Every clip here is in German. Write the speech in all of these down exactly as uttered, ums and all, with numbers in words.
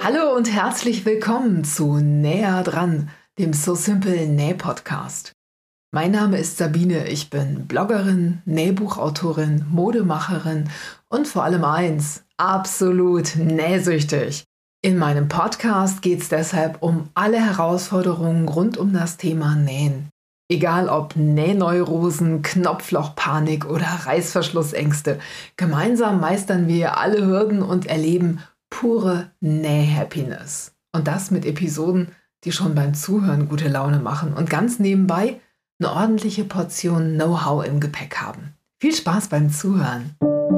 Hallo und herzlich willkommen zu Näher dran, dem So Simple Näh-Podcast. Mein Name ist Sabine, ich bin Bloggerin, Nähbuchautorin, Modemacherin und vor allem eins, absolut nähsüchtig. In meinem Podcast geht es deshalb um alle Herausforderungen rund um das Thema Nähen. Egal ob Nähneurosen, Knopflochpanik oder Reißverschlussängste, gemeinsam meistern wir alle Hürden und erleben pure Näh-Happiness. Und das mit Episoden, die schon beim Zuhören gute Laune machen und ganz nebenbei eine ordentliche Portion Know-how im Gepäck haben. Viel Spaß beim Zuhören!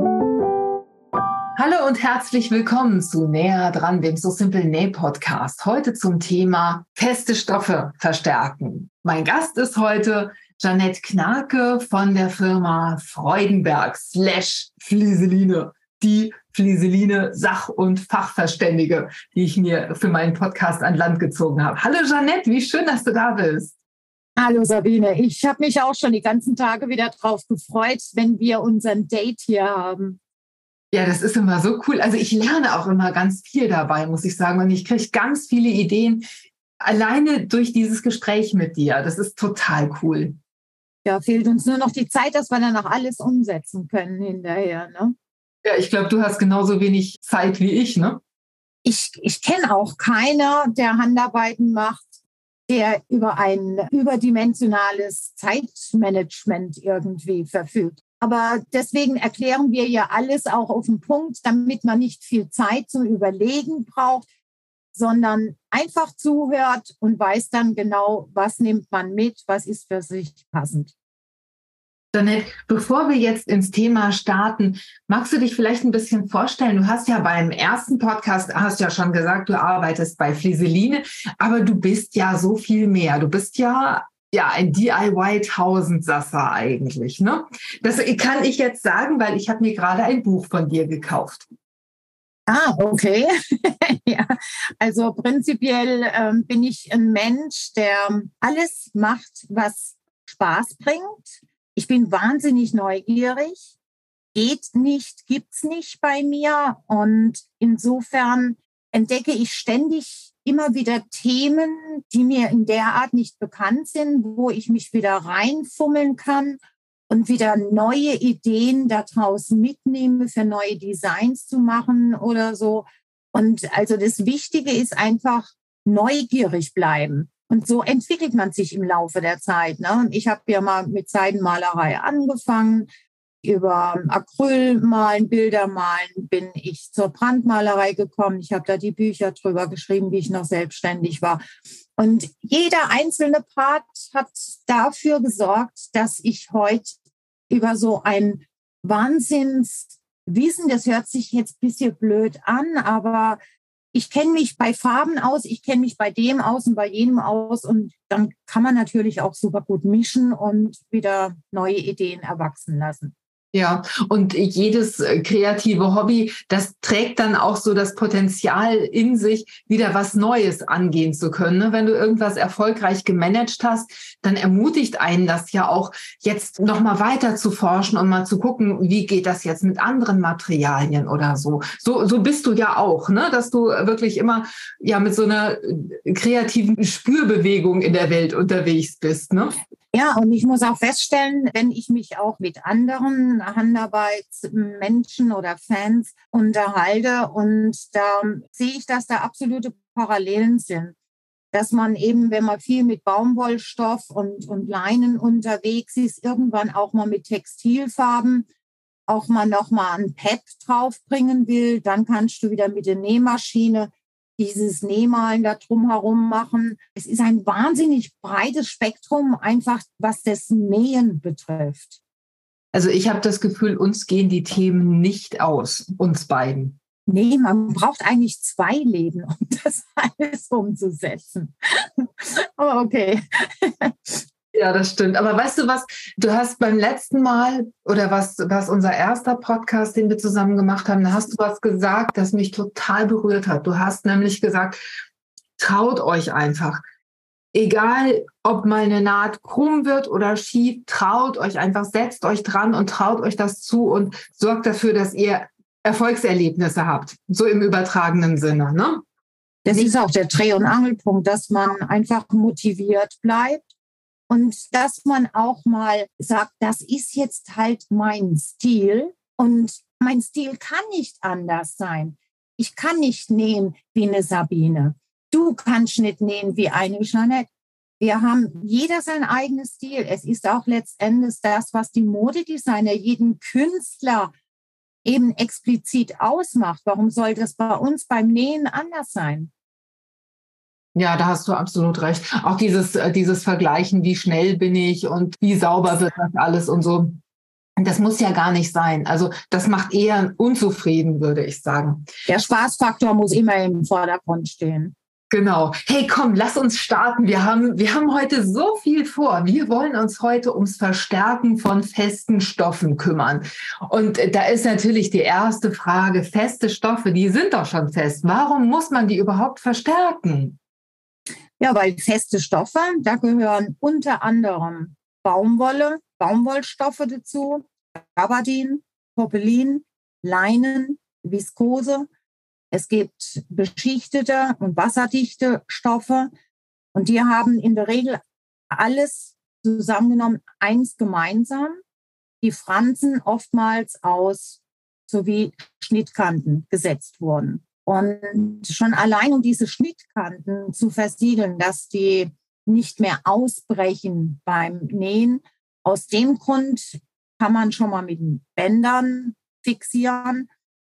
Hallo und herzlich willkommen zu Näher dran, dem So Simple Näh-Podcast. Heute zum Thema feste Stoffe verstärken. Mein Gast ist heute Jeanette Knake von der Firma Freudenberg slash Flieseline. Die Flieseline Sach- und Fachverständige, die ich mir für meinen Podcast an Land gezogen habe. Hallo Jeanette, wie schön, dass du da bist. Hallo Sabine, ich habe mich auch schon die ganzen Tage wieder drauf gefreut, wenn wir unseren Date hier haben. Ja, das ist immer so cool. Also ich lerne auch immer ganz viel dabei, muss ich sagen. Und ich kriege ganz viele Ideen alleine durch dieses Gespräch mit dir. Das ist total cool. Ja, fehlt uns nur noch die Zeit, dass wir dann auch alles umsetzen können hinterher, ne? Ja, ich glaube, du hast genauso wenig Zeit wie ich, ne? Ich, ich kenne auch keiner, der Handarbeiten macht, der über ein überdimensionales Zeitmanagement irgendwie verfügt. Aber deswegen erklären wir ja alles auch auf den Punkt, damit man nicht viel Zeit zum Überlegen braucht, sondern einfach zuhört und weiß dann genau, was nimmt man mit, was ist für sich passend. Jeanette, bevor wir jetzt ins Thema starten, magst du dich vielleicht ein bisschen vorstellen? Du hast ja beim ersten Podcast, hast ja schon gesagt, du arbeitest bei Flieseline, aber du bist ja so viel mehr. Du bist ja ja ein D I Y-Tausendsasser eigentlich, ne? Das kann ich jetzt sagen, weil ich habe mir gerade ein Buch von dir gekauft. Ah, okay. Ja, also prinzipiell ähm, bin ich ein Mensch, der alles macht, was Spaß bringt. Ich bin wahnsinnig neugierig. Geht nicht, gibt's nicht bei mir. Und insofern entdecke ich ständig immer wieder Themen, die mir in der Art nicht bekannt sind, wo ich mich wieder reinfummeln kann und wieder neue Ideen daraus mitnehme, für neue Designs zu machen oder so. Und also das Wichtige ist einfach neugierig bleiben. Und so entwickelt man sich im Laufe der Zeit. Ne? Ich habe ja mal mit Seidenmalerei angefangen. Über Acrylmalen, Bildermalen bin ich zur Brandmalerei gekommen. Ich habe da die Bücher drüber geschrieben, wie ich noch selbstständig war. Und jeder einzelne Part hat dafür gesorgt, dass ich heute über so ein Wahnsinnswissen, das hört sich jetzt ein bisschen blöd an, aber ich kenne mich bei Farben aus, ich kenne mich bei dem aus und bei jenem aus und dann kann man natürlich auch super gut mischen und wieder neue Ideen erwachsen lassen. Ja, und jedes kreative Hobby, das trägt dann auch so das Potenzial in sich, wieder was Neues angehen zu können. Wenn du irgendwas erfolgreich gemanagt hast, dann ermutigt einen das ja auch, jetzt nochmal weiter zu forschen und mal zu gucken, wie geht das jetzt mit anderen Materialien oder so. So, so bist du ja auch, ne? Dass du wirklich immer ja mit so einer kreativen Spürbewegung in der Welt unterwegs bist, ne? Ja, und ich muss auch feststellen, wenn ich mich auch mit anderen Handarbeitsmenschen oder Fans unterhalte und da sehe ich, dass da absolute Parallelen sind. Dass man eben, wenn man viel mit Baumwollstoff und, und Leinen unterwegs ist, irgendwann auch mal mit Textilfarben auch mal nochmal ein Pad draufbringen will, dann kannst du wieder mit der Nähmaschine dieses Nähmalen da drumherum machen. Es ist ein wahnsinnig breites Spektrum, einfach was das Nähen betrifft. Also ich habe das Gefühl, uns gehen die Themen nicht aus, uns beiden. Nee, man braucht eigentlich zwei Leben, um das alles umzusetzen. Aber okay. Ja, das stimmt. Aber weißt du was, du hast beim letzten Mal oder was, was unser erster Podcast, den wir zusammen gemacht haben, da hast du was gesagt, das mich total berührt hat. Du hast nämlich gesagt, traut euch einfach. Egal, ob mal eine Naht krumm wird oder schief, traut euch einfach, setzt euch dran und traut euch das zu und sorgt dafür, dass ihr Erfolgserlebnisse habt. So im übertragenen Sinne, ne? Das ist auch der Dreh- und Angelpunkt, dass man einfach motiviert bleibt und dass man auch mal sagt, das ist jetzt halt mein Stil und mein Stil kann nicht anders sein. Ich kann nicht nähen wie eine Sabine. Du kannst nicht nähen wie eine Jeanette. Wir haben jeder sein eigenes Stil. Es ist auch letztendlich das, was die Modedesigner, jeden Künstler eben explizit ausmacht. Warum soll das bei uns beim Nähen anders sein? Ja, da hast du absolut recht. Auch dieses, äh, dieses Vergleichen, wie schnell bin ich und wie sauber wird das alles und so. Das muss ja gar nicht sein. Also das macht eher unzufrieden, würde ich sagen. Der Spaßfaktor muss immer im Vordergrund stehen. Genau. Hey, komm, lass uns starten. Wir haben, wir haben heute so viel vor. Wir wollen uns heute ums Verstärken von festen Stoffen kümmern. Und da ist natürlich die erste Frage, feste Stoffe, die sind doch schon fest. Warum muss man die überhaupt verstärken? Ja, weil feste Stoffe, da gehören unter anderem Baumwolle, Baumwollstoffe dazu, Gabardin, Polypropylen, Leinen, Viskose. Es gibt beschichtete und wasserdichte Stoffe und die haben in der Regel alles zusammengenommen eins gemeinsam. Die Fransen oftmals aus sowie Schnittkanten gesetzt wurden. Und schon allein um diese Schnittkanten zu versiegeln, dass die nicht mehr ausbrechen beim Nähen, aus dem Grund kann man schon mal mit den Bändern fixieren.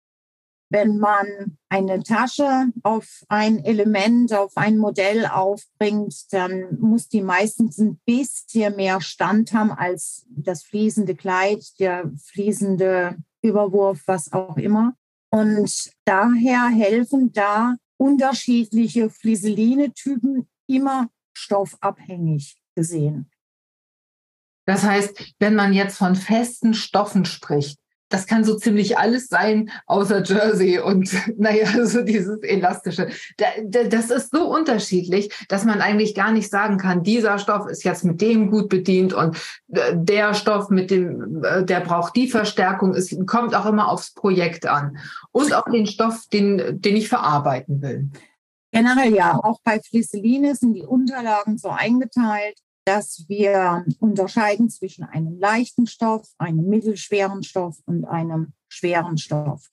Wenn man eine Tasche auf ein Element, auf ein Modell aufbringt, dann muss die meistens ein bisschen mehr Stand haben als das fließende Kleid, der fließende Überwurf, was auch immer. Und daher helfen da unterschiedliche Flieseline-Typen immer stoffabhängig gesehen. Das heißt, wenn man jetzt von festen Stoffen spricht, das kann so ziemlich alles sein, außer Jersey und naja, so dieses Elastische. Das ist so unterschiedlich, dass man eigentlich gar nicht sagen kann, dieser Stoff ist jetzt mit dem gut bedient und der Stoff mit dem, der braucht die Verstärkung. Es kommt auch immer aufs Projekt an und auf den Stoff, den, den ich verarbeiten will. Generell ja, auch bei Flieseline sind die Unterlagen so eingeteilt, dass wir unterscheiden zwischen einem leichten Stoff, einem mittelschweren Stoff und einem schweren Stoff.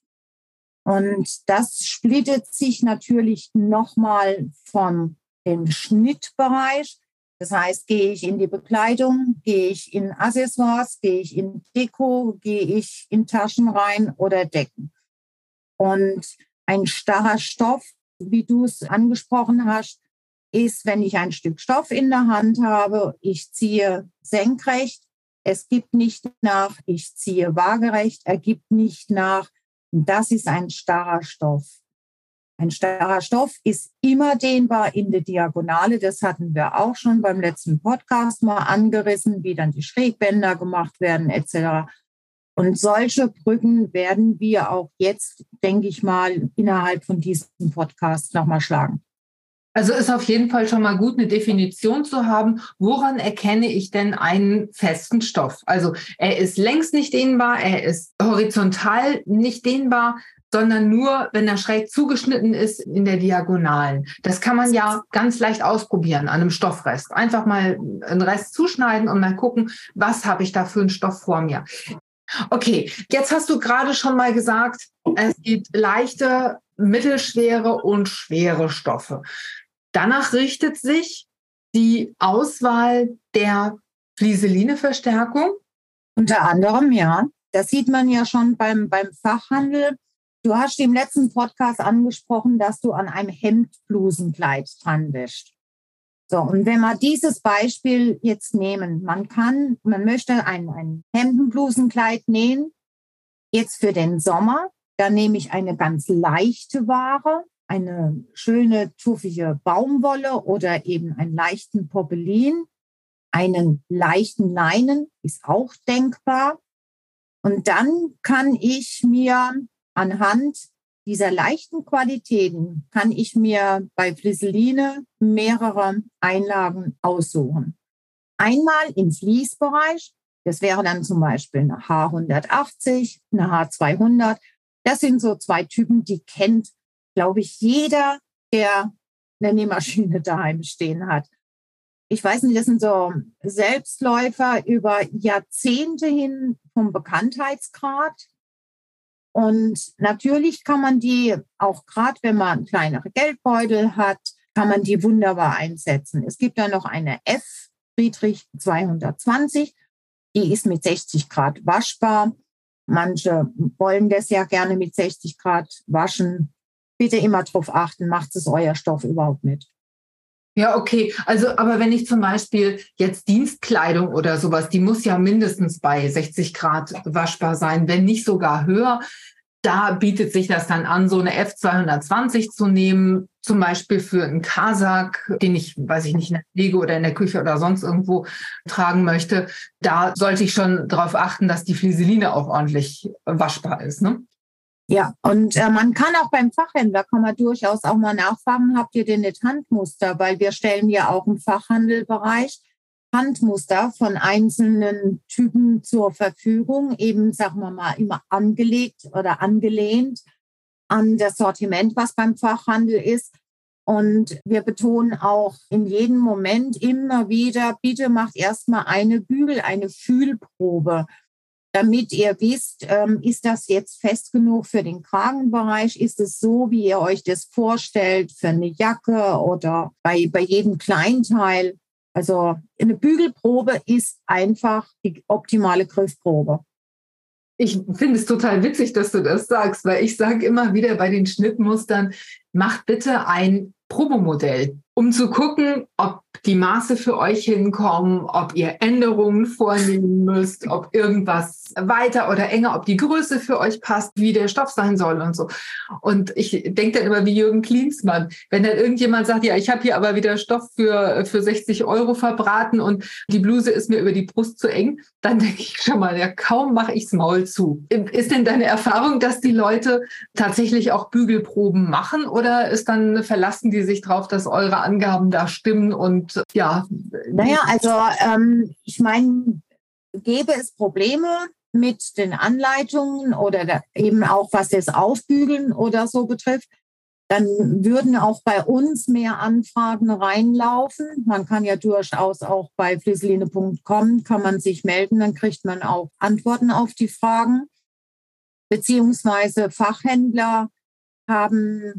Und das splittet sich natürlich nochmal von dem Schnittbereich. Das heißt, gehe ich in die Bekleidung, gehe ich in Accessoires, gehe ich in Deko, gehe ich in Taschen rein oder Decken. Und ein starrer Stoff, wie du es angesprochen hast, ist, wenn ich ein Stück Stoff in der Hand habe, ich ziehe senkrecht, es gibt nicht nach, ich ziehe waagerecht, er gibt nicht nach. Das ist ein starrer Stoff. Ein starrer Stoff ist immer dehnbar in der Diagonale. Das hatten wir auch schon beim letzten Podcast mal angerissen, wie dann die Schrägbänder gemacht werden et cetera. Und solche Brücken werden wir auch jetzt, denke ich mal, innerhalb von diesem Podcast nochmal schlagen. Also ist auf jeden Fall schon mal gut, eine Definition zu haben. Woran erkenne ich denn einen festen Stoff? Also er ist längs nicht dehnbar, er ist horizontal nicht dehnbar, sondern nur, wenn er schräg zugeschnitten ist in der Diagonalen. Das kann man ja ganz leicht ausprobieren an einem Stoffrest. Einfach mal einen Rest zuschneiden und mal gucken, was habe ich da für einen Stoff vor mir. Okay, jetzt hast du gerade schon mal gesagt, es gibt leichte, mittelschwere und schwere Stoffe. Danach richtet sich die Auswahl der Flieseline-Verstärkung? Unter anderem, ja. Das sieht man ja schon beim, beim Fachhandel. Du hast im letzten Podcast angesprochen, dass du an einem Hemdblusenkleid dran bist. So, und wenn wir dieses Beispiel jetzt nehmen, man kann, man möchte ein, ein Hemdenblusenkleid nähen, jetzt für den Sommer, da nehme ich eine ganz leichte Ware, eine schöne, tuffige Baumwolle oder eben einen leichten Polypropylen, einen leichten Leinen, ist auch denkbar. Und dann kann ich mir anhand dieser leichten Qualitäten, kann ich mir bei Flieseline mehrere Einlagen aussuchen. Einmal im Fließbereich, das wäre dann zum Beispiel eine H hundertachtzig, eine H zweihundert. Das sind so zwei Typen, die kennt, glaube ich, jeder, der eine Nähmaschine daheim stehen hat. Ich weiß nicht, das sind so Selbstläufer über Jahrzehnte hin vom Bekanntheitsgrad. Und natürlich kann man die, auch gerade wenn man kleinere Geldbeutel hat, kann man die wunderbar einsetzen. Es gibt da noch eine F Friedrich zweihundertzwanzig, die ist mit sechzig Grad waschbar. Manche wollen das ja gerne mit sechzig Grad waschen. Bitte immer darauf achten, macht es euer Stoff überhaupt mit. Ja, okay. Also, aber wenn ich zum Beispiel jetzt Dienstkleidung oder sowas, die muss ja mindestens bei sechzig Grad waschbar sein, wenn nicht sogar höher. Da bietet sich das dann an, so eine F zweihundertzwanzig zu nehmen, zum Beispiel für einen Kazak, den ich, weiß ich nicht, in der Pflege oder in der Küche oder sonst irgendwo tragen möchte. Da sollte ich schon darauf achten, dass die Flieseline auch ordentlich waschbar ist, ne? Ja, und äh, man kann auch beim Fachhändler, kann man durchaus auch mal nachfragen, habt ihr denn nicht Handmuster? Weil wir stellen ja auch im Fachhandelbereich Handmuster von einzelnen Typen zur Verfügung, eben, sagen wir mal, immer angelegt oder angelehnt an das Sortiment, was beim Fachhandel ist. Und wir betonen auch in jedem Moment immer wieder, bitte macht erstmal eine Bügel-, eine Fühlprobe, damit ihr wisst, ähm, ist das jetzt fest genug für den Kragenbereich? Ist es so, wie ihr euch das vorstellt, für eine Jacke oder bei, bei jedem Kleinteil? Also eine Bügelprobe ist einfach die optimale Griffprobe. Ich finde es total witzig, dass du das sagst, weil ich sage immer wieder bei den Schnittmustern, macht bitte ein Probemodell, um zu gucken, ob die Maße für euch hinkommen, ob ihr Änderungen vornehmen müsst, ob irgendwas weiter oder enger, ob die Größe für euch passt, wie der Stoff sein soll und so. Und ich denke dann immer wie Jürgen Klinsmann, wenn dann irgendjemand sagt, ja, ich habe hier aber wieder Stoff für, für sechzig Euro verbraten und die Bluse ist mir über die Brust zu eng, dann denke ich schon mal, ja, kaum mache ich's Maul zu. Ist denn deine Erfahrung, dass die Leute tatsächlich auch Bügelproben machen oder ist dann verlassen die sich drauf, dass eure Angaben da stimmen und ja. Naja, also ähm, ich meine, gäbe es Probleme mit den Anleitungen oder da, eben auch was das Aufbügeln oder so betrifft, dann würden auch bei uns mehr Anfragen reinlaufen. Man kann ja durchaus auch bei flieseline punkt com kann man sich melden, dann kriegt man auch Antworten auf die Fragen. Beziehungsweise Fachhändler haben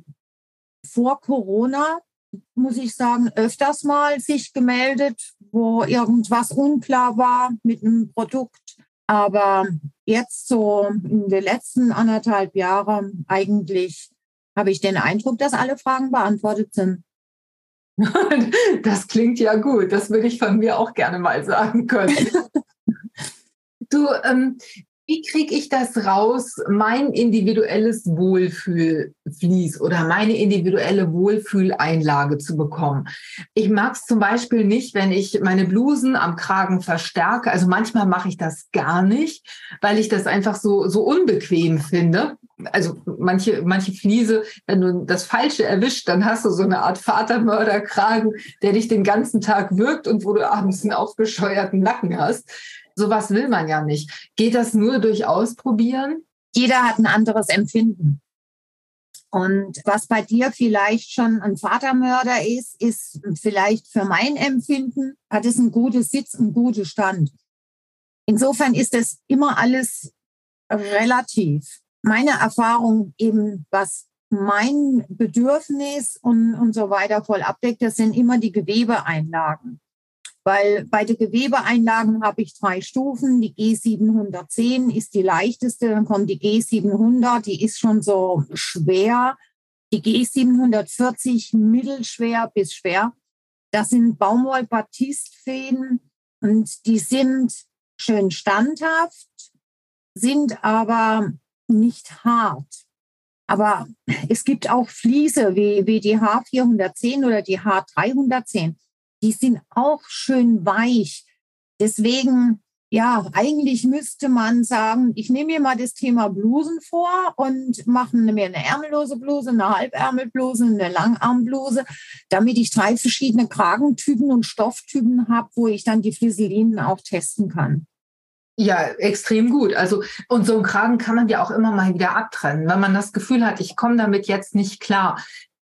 vor Corona, muss ich sagen, öfters mal sich gemeldet, wo irgendwas unklar war mit einem Produkt. Aber jetzt so in den letzten anderthalb Jahren eigentlich habe ich den Eindruck, dass alle Fragen beantwortet sind. Das klingt ja gut. Das würde ich von mir auch gerne mal sagen können. Du, ähm, wie kriege ich das raus, mein individuelles Wohlfühlvlies oder meine individuelle Wohlfühleinlage zu bekommen? Ich mag es zum Beispiel nicht, wenn ich meine Blusen am Kragen verstärke. Also manchmal mache ich das gar nicht, weil ich das einfach so, so unbequem finde. Also manche, manche Fliese, wenn du das Falsche erwischt, dann hast du so eine Art Vatermörderkragen, der dich den ganzen Tag wirkt und wo du abends einen aufgescheuerten Nacken hast. Sowas will man ja nicht. Geht das nur durch Ausprobieren? Jeder hat ein anderes Empfinden. Und was bei dir vielleicht schon ein Vatermörder ist, ist vielleicht für mein Empfinden, hat es einen guten Sitz, einen guten Stand. Insofern ist es immer alles relativ. Meine Erfahrung eben, was mein Bedürfnis und, und so weiter voll abdeckt, das sind immer die Gewebeeinlagen. Weil bei den Gewebeeinlagen habe ich drei Stufen. Die G siebenhundertzehn ist die leichteste, dann kommt die G siebenhundert, die ist schon so schwer. Die G siebenhundertvierzig mittelschwer bis schwer. Das sind Baumwoll-Batistfäden und die sind schön standhaft, sind aber nicht hart. Aber es gibt auch Fliese wie, wie die H vierhundertzehn oder die H dreihundertzehn. Die sind auch schön weich. Deswegen, ja, eigentlich müsste man sagen, ich nehme mir mal das Thema Blusen vor und mache mir eine ärmellose Bluse, eine Halbärmelbluse, eine Langarmbluse, damit ich drei verschiedene Kragentypen und Stofftypen habe, wo ich dann die Flieselinen auch testen kann. Ja, extrem gut. Also, und so einen Kragen kann man ja auch immer mal wieder abtrennen. Wenn man das Gefühl hat, ich komme damit jetzt nicht klar,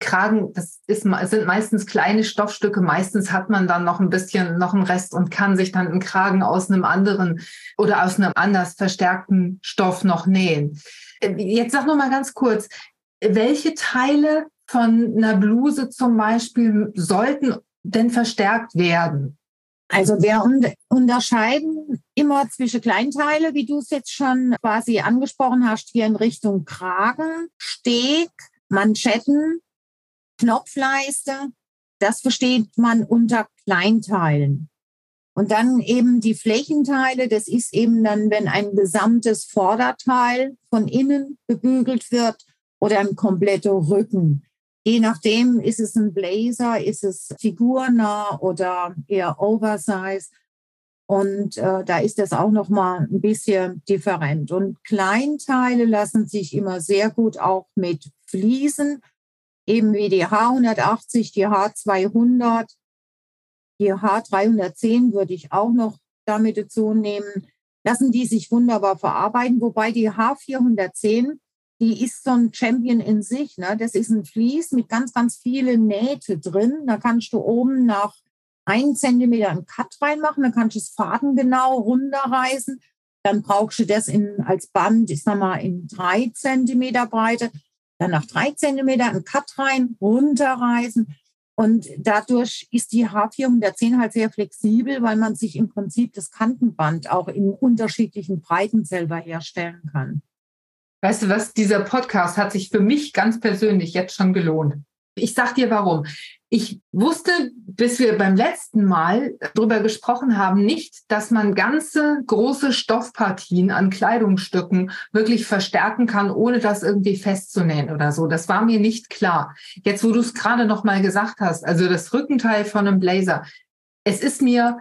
Kragen, das ist, es sind meistens kleine Stoffstücke. Meistens hat man dann noch ein bisschen, noch einen Rest und kann sich dann einen Kragen aus einem anderen oder aus einem anders verstärkten Stoff noch nähen. Jetzt sag noch mal ganz kurz, welche Teile von einer Bluse zum Beispiel sollten denn verstärkt werden? Also wir unterscheiden immer zwischen Kleinteile, wie du es jetzt schon quasi angesprochen hast, hier in Richtung Kragen, Steg, Manschetten, Knopfleiste. Das versteht man unter Kleinteilen. Und dann eben die Flächenteile, das ist eben dann, wenn ein gesamtes Vorderteil von innen gebügelt wird oder ein kompletter Rücken. Je nachdem, ist es ein Blazer, ist es figurnah oder eher Oversize. Und äh, da ist das auch nochmal ein bisschen different. Und Kleinteile lassen sich immer sehr gut auch mit Fliesen, eben wie die H hundertachtzig, die H zweihundert, die H dreihundertzehn würde ich auch noch damit dazu nehmen, lassen die sich wunderbar verarbeiten. Wobei die H vierhundertzehn, die ist so ein Champion in sich. Ne? Das ist ein Vlies mit ganz, ganz vielen Nähte drin. Da kannst du oben nach einen Zentimeter einen Cut reinmachen. Dann kannst du es fadengenau runterreißen. Dann brauchst du das in, als Band, ich sag mal, in drei Zentimeter Breite. Dann nach drei Zentimeter einen Cut rein, runterreißen. Und dadurch ist die H vierhundertzehn halt sehr flexibel, weil man sich im Prinzip das Kantenband auch in unterschiedlichen Breiten selber herstellen kann. Weißt du was, dieser Podcast hat sich für mich ganz persönlich jetzt schon gelohnt. Ich sag dir warum. Ich wusste, bis wir beim letzten Mal darüber gesprochen haben, nicht, dass man ganze große Stoffpartien an Kleidungsstücken wirklich verstärken kann, ohne das irgendwie festzunähen oder so. Das war mir nicht klar. Jetzt, wo du es gerade noch mal gesagt hast, also das Rückenteil von einem Blazer, es ist mir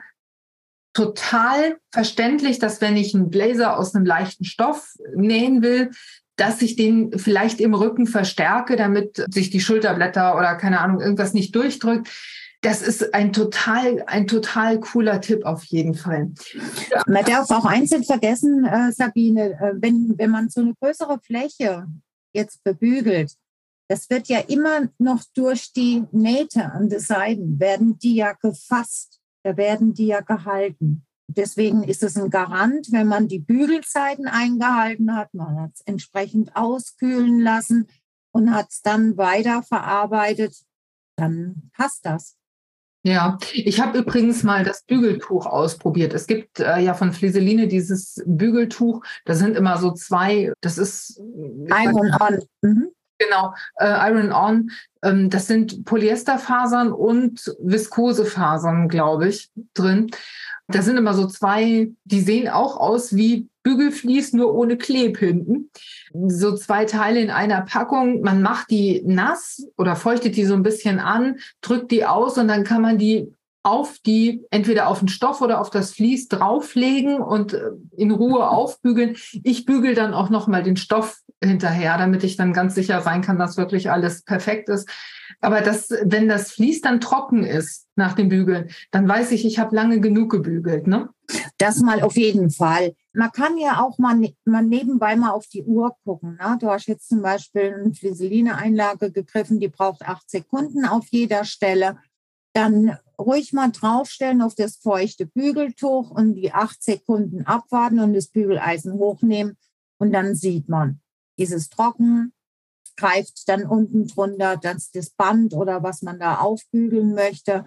total verständlich, dass wenn ich einen Blazer aus einem leichten Stoff nähen will, dass ich den vielleicht im Rücken verstärke, damit sich die Schulterblätter oder keine Ahnung, irgendwas nicht durchdrückt. Das ist ein total, ein total cooler Tipp auf jeden Fall. Ja. Man darf auch eins nicht vergessen, äh, Sabine, äh, wenn, wenn man so eine größere Fläche jetzt bebügelt, das wird ja immer noch durch die Nähte an den Seiten, werden die ja gefasst. Da werden die ja gehalten. Deswegen ist es ein Garant, wenn man die Bügelzeiten eingehalten hat, man hat es entsprechend auskühlen lassen und hat es dann weiter verarbeitet, dann passt das. Ja, ich habe übrigens mal das Bügeltuch ausprobiert. Es gibt äh, ja von Flieseline dieses Bügeltuch, da sind immer so zwei, das ist Iron On. Mhm. Genau, äh, Iron-On, ähm, das sind Polyesterfasern und Viskosefasern, glaube ich, drin. Da sind immer so zwei, die sehen auch aus wie Bügelvlies, nur ohne Kleb hinten. So zwei Teile in einer Packung. Man macht die nass oder feuchtet die so ein bisschen an, drückt die aus und dann kann man die auf die, entweder auf den Stoff oder auf das Vlies drauflegen und in Ruhe aufbügeln. Ich bügel dann auch nochmal den Stoff hinterher, damit ich dann ganz sicher sein kann, dass wirklich alles perfekt ist. Aber das, wenn das Vlies dann trocken ist nach dem Bügeln, dann weiß ich, ich habe lange genug gebügelt, ne? Das mal auf jeden Fall. Man kann ja auch mal, mal nebenbei mal auf die Uhr gucken. Ne? Du hast jetzt zum Beispiel eine Flieseline-Einlage gegriffen, die braucht acht Sekunden auf jeder Stelle. Dann ruhig mal draufstellen auf das feuchte Bügeltuch und die acht Sekunden abwarten und das Bügeleisen hochnehmen. Und dann sieht man, ist es trocken, greift dann unten drunter das, das Band oder was man da aufbügeln möchte.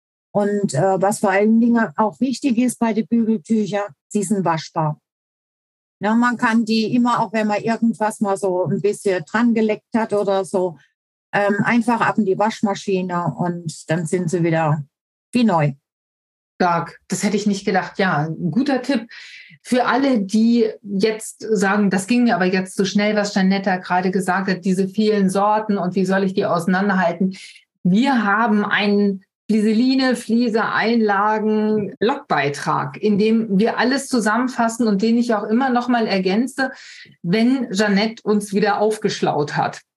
Und äh, was vor allen Dingen auch wichtig ist bei den Bügeltüchern, sie sind waschbar. Ja, man kann die immer, auch wenn man irgendwas mal so ein bisschen dran geleckt hat oder so, ähm, einfach ab in die Waschmaschine und dann sind sie wieder wie neu. Stark, das hätte ich nicht gedacht. Ja, ein guter Tipp für alle, die jetzt sagen, das ging mir aber jetzt so schnell, was Janetta gerade gesagt hat, diese vielen Sorten und wie soll ich die auseinanderhalten. Wir haben einen Flieseline, Fliese, Einlagen, Blogbeitrag, in dem wir alles zusammenfassen und den ich auch immer noch mal ergänze, wenn Jeanette uns wieder aufgeschlaut hat.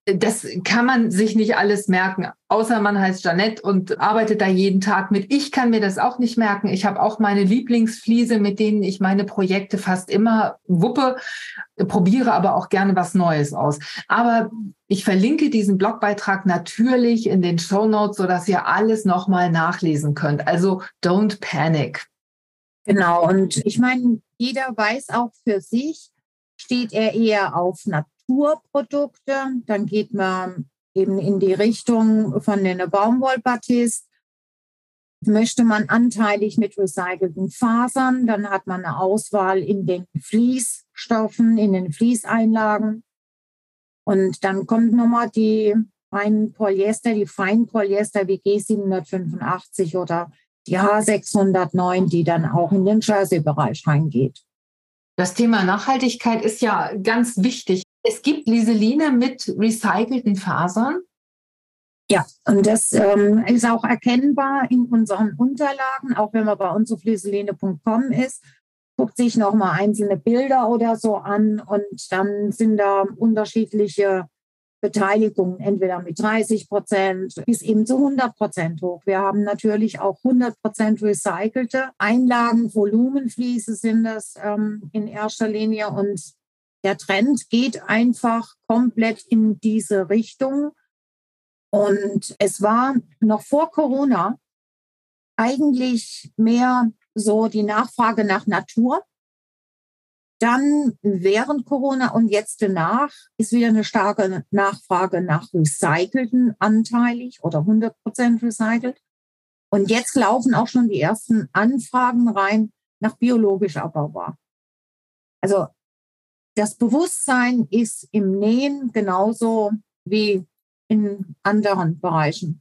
Das kann man sich nicht alles merken, außer man heißt Jeanette und arbeitet da jeden Tag mit. Ich kann mir das auch nicht merken. Ich habe auch meine Lieblingsfliese, mit denen ich meine Projekte fast immer wuppe, probiere aber auch gerne was Neues aus. Aber ich verlinke diesen Blogbeitrag natürlich in den Shownotes, sodass ihr alles nochmal nachlesen könnt. Also don't panic. Genau, und ich meine, jeder weiß auch für sich, steht er eher auf Naturprodukte, dann geht man eben in die Richtung von den Baumwollbatist. Möchte man anteilig mit recycelten Fasern, dann hat man eine Auswahl in den Fließstoffen, in den Fließeinlagen. Und dann kommt nochmal die feinen Polyester, die feinen Polyester wie G siebenhundertfünfundachtzig oder die H sechshundertneun, die dann auch in den Jersey-Bereich reingeht. Das Thema Nachhaltigkeit ist ja ganz wichtig. Es gibt Liseline mit recycelten Fasern. Ja, und das ähm, ist auch erkennbar in unseren Unterlagen, auch wenn man bei uns auf liseline punkt com ist, guckt sich nochmal einzelne Bilder oder so an und dann sind da unterschiedliche Beteiligungen, entweder mit dreißig Prozent bis eben zu hundert Prozent hoch. Wir haben natürlich auch hundert Prozent recycelte Einlagen, Volumenfliese sind das ähm, in erster Linie und der Trend geht einfach komplett in diese Richtung. Und es war noch vor Corona eigentlich mehr so die Nachfrage nach Natur. Dann während Corona und jetzt danach ist wieder eine starke Nachfrage nach recycelten anteilig oder hundert Prozent recycelt. Und jetzt laufen auch schon die ersten Anfragen rein nach biologisch abbaubar. Also das Bewusstsein ist im Nähen genauso wie in anderen Bereichen.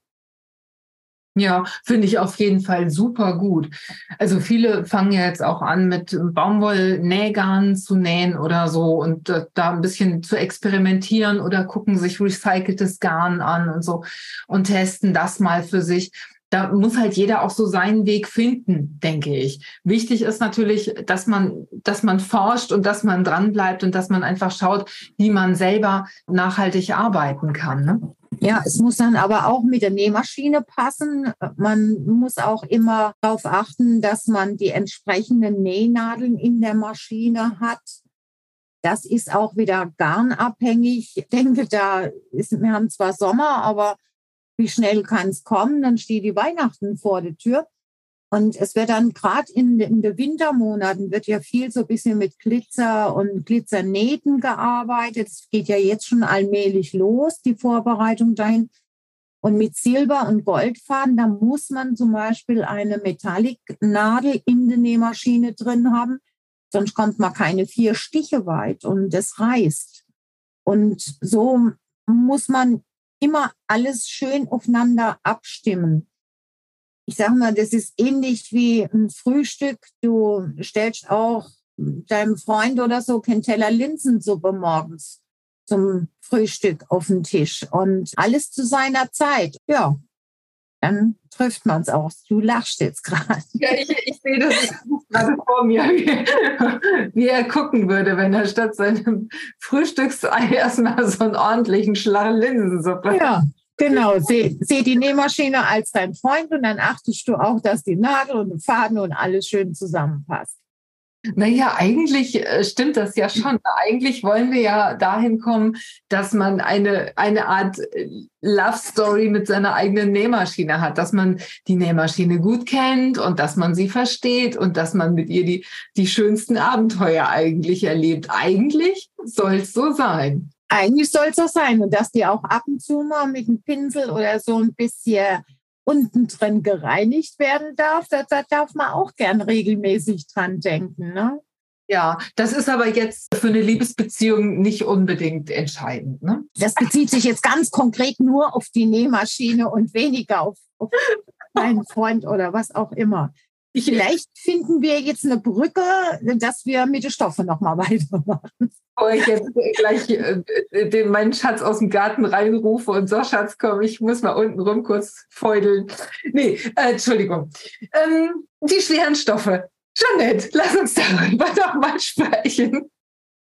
Ja, finde ich auf jeden Fall super gut. Also viele fangen ja jetzt auch an, mit Baumwollnähgarn zu nähen oder so und äh, da ein bisschen zu experimentieren oder gucken sich recyceltes Garn an und so und testen das mal für sich. Da muss halt jeder auch so seinen Weg finden, denke ich. Wichtig ist natürlich, dass man, dass man forscht und dass man dranbleibt und dass man einfach schaut, wie man selber nachhaltig arbeiten kann, ne? Ja, es muss dann aber auch mit der Nähmaschine passen. Man muss auch immer darauf achten, dass man die entsprechenden Nähnadeln in der Maschine hat. Das ist auch wieder garnabhängig. Ich denke, da ist, wir haben zwar Sommer, aber wie schnell kann es kommen? Dann steht die Weihnachten vor der Tür. Und es wird dann gerade in, in den Wintermonaten wird ja viel so ein bisschen mit Glitzer und Glitzernähten gearbeitet. Es geht ja jetzt schon allmählich los, die Vorbereitung dahin. Und mit Silber- und Goldfaden, da muss man zum Beispiel eine Metallic-Nadel in der Nähmaschine drin haben. Sonst kommt man keine vier Stiche weit und das reißt. Und so muss man immer alles schön aufeinander abstimmen. Ich sage mal, das ist ähnlich wie ein Frühstück. Du stellst auch deinem Freund oder so keinen Teller Linsensuppe morgens zum Frühstück auf den Tisch. Und alles zu seiner Zeit. Ja, dann trifft man es auch. Du lachst jetzt gerade. Ja, ich, ich sehe das gerade vor mir, wie, wie er gucken würde, wenn er statt seinem Frühstücksei erstmal so einen ordentlichen Schlag Linsensuppe. Ja. Genau, seh, seh die Nähmaschine als dein Freund und dann achtest du auch, dass die Nadel und der Faden und alles schön zusammenpasst. Naja, eigentlich äh, stimmt das ja schon. Eigentlich wollen wir ja dahin kommen, dass man eine, eine Art Love Story mit seiner eigenen Nähmaschine hat, dass man die Nähmaschine gut kennt und dass man sie versteht und dass man mit ihr die, die schönsten Abenteuer eigentlich erlebt. Eigentlich soll es so sein. Eigentlich soll es so sein und dass die auch ab und zu mal mit einem Pinsel oder so ein bisschen unten drin gereinigt werden darf, da, da darf man auch gern regelmäßig dran denken, ne? Ja, das ist aber jetzt für eine Liebesbeziehung nicht unbedingt entscheidend, ne? Das bezieht sich jetzt ganz konkret nur auf die Nähmaschine und weniger auf, auf meinen Freund oder was auch immer. Vielleicht finden wir jetzt eine Brücke, dass wir mit den Stoffen nochmal weitermachen. Bevor ich jetzt gleich äh, den, meinen Schatz aus dem Garten reinrufe und so, Schatz, komm, ich muss mal unten rum kurz feudeln. Nee, äh, Entschuldigung. Ähm, die schweren Stoffe. Jeanette, lass uns darüber doch mal sprechen.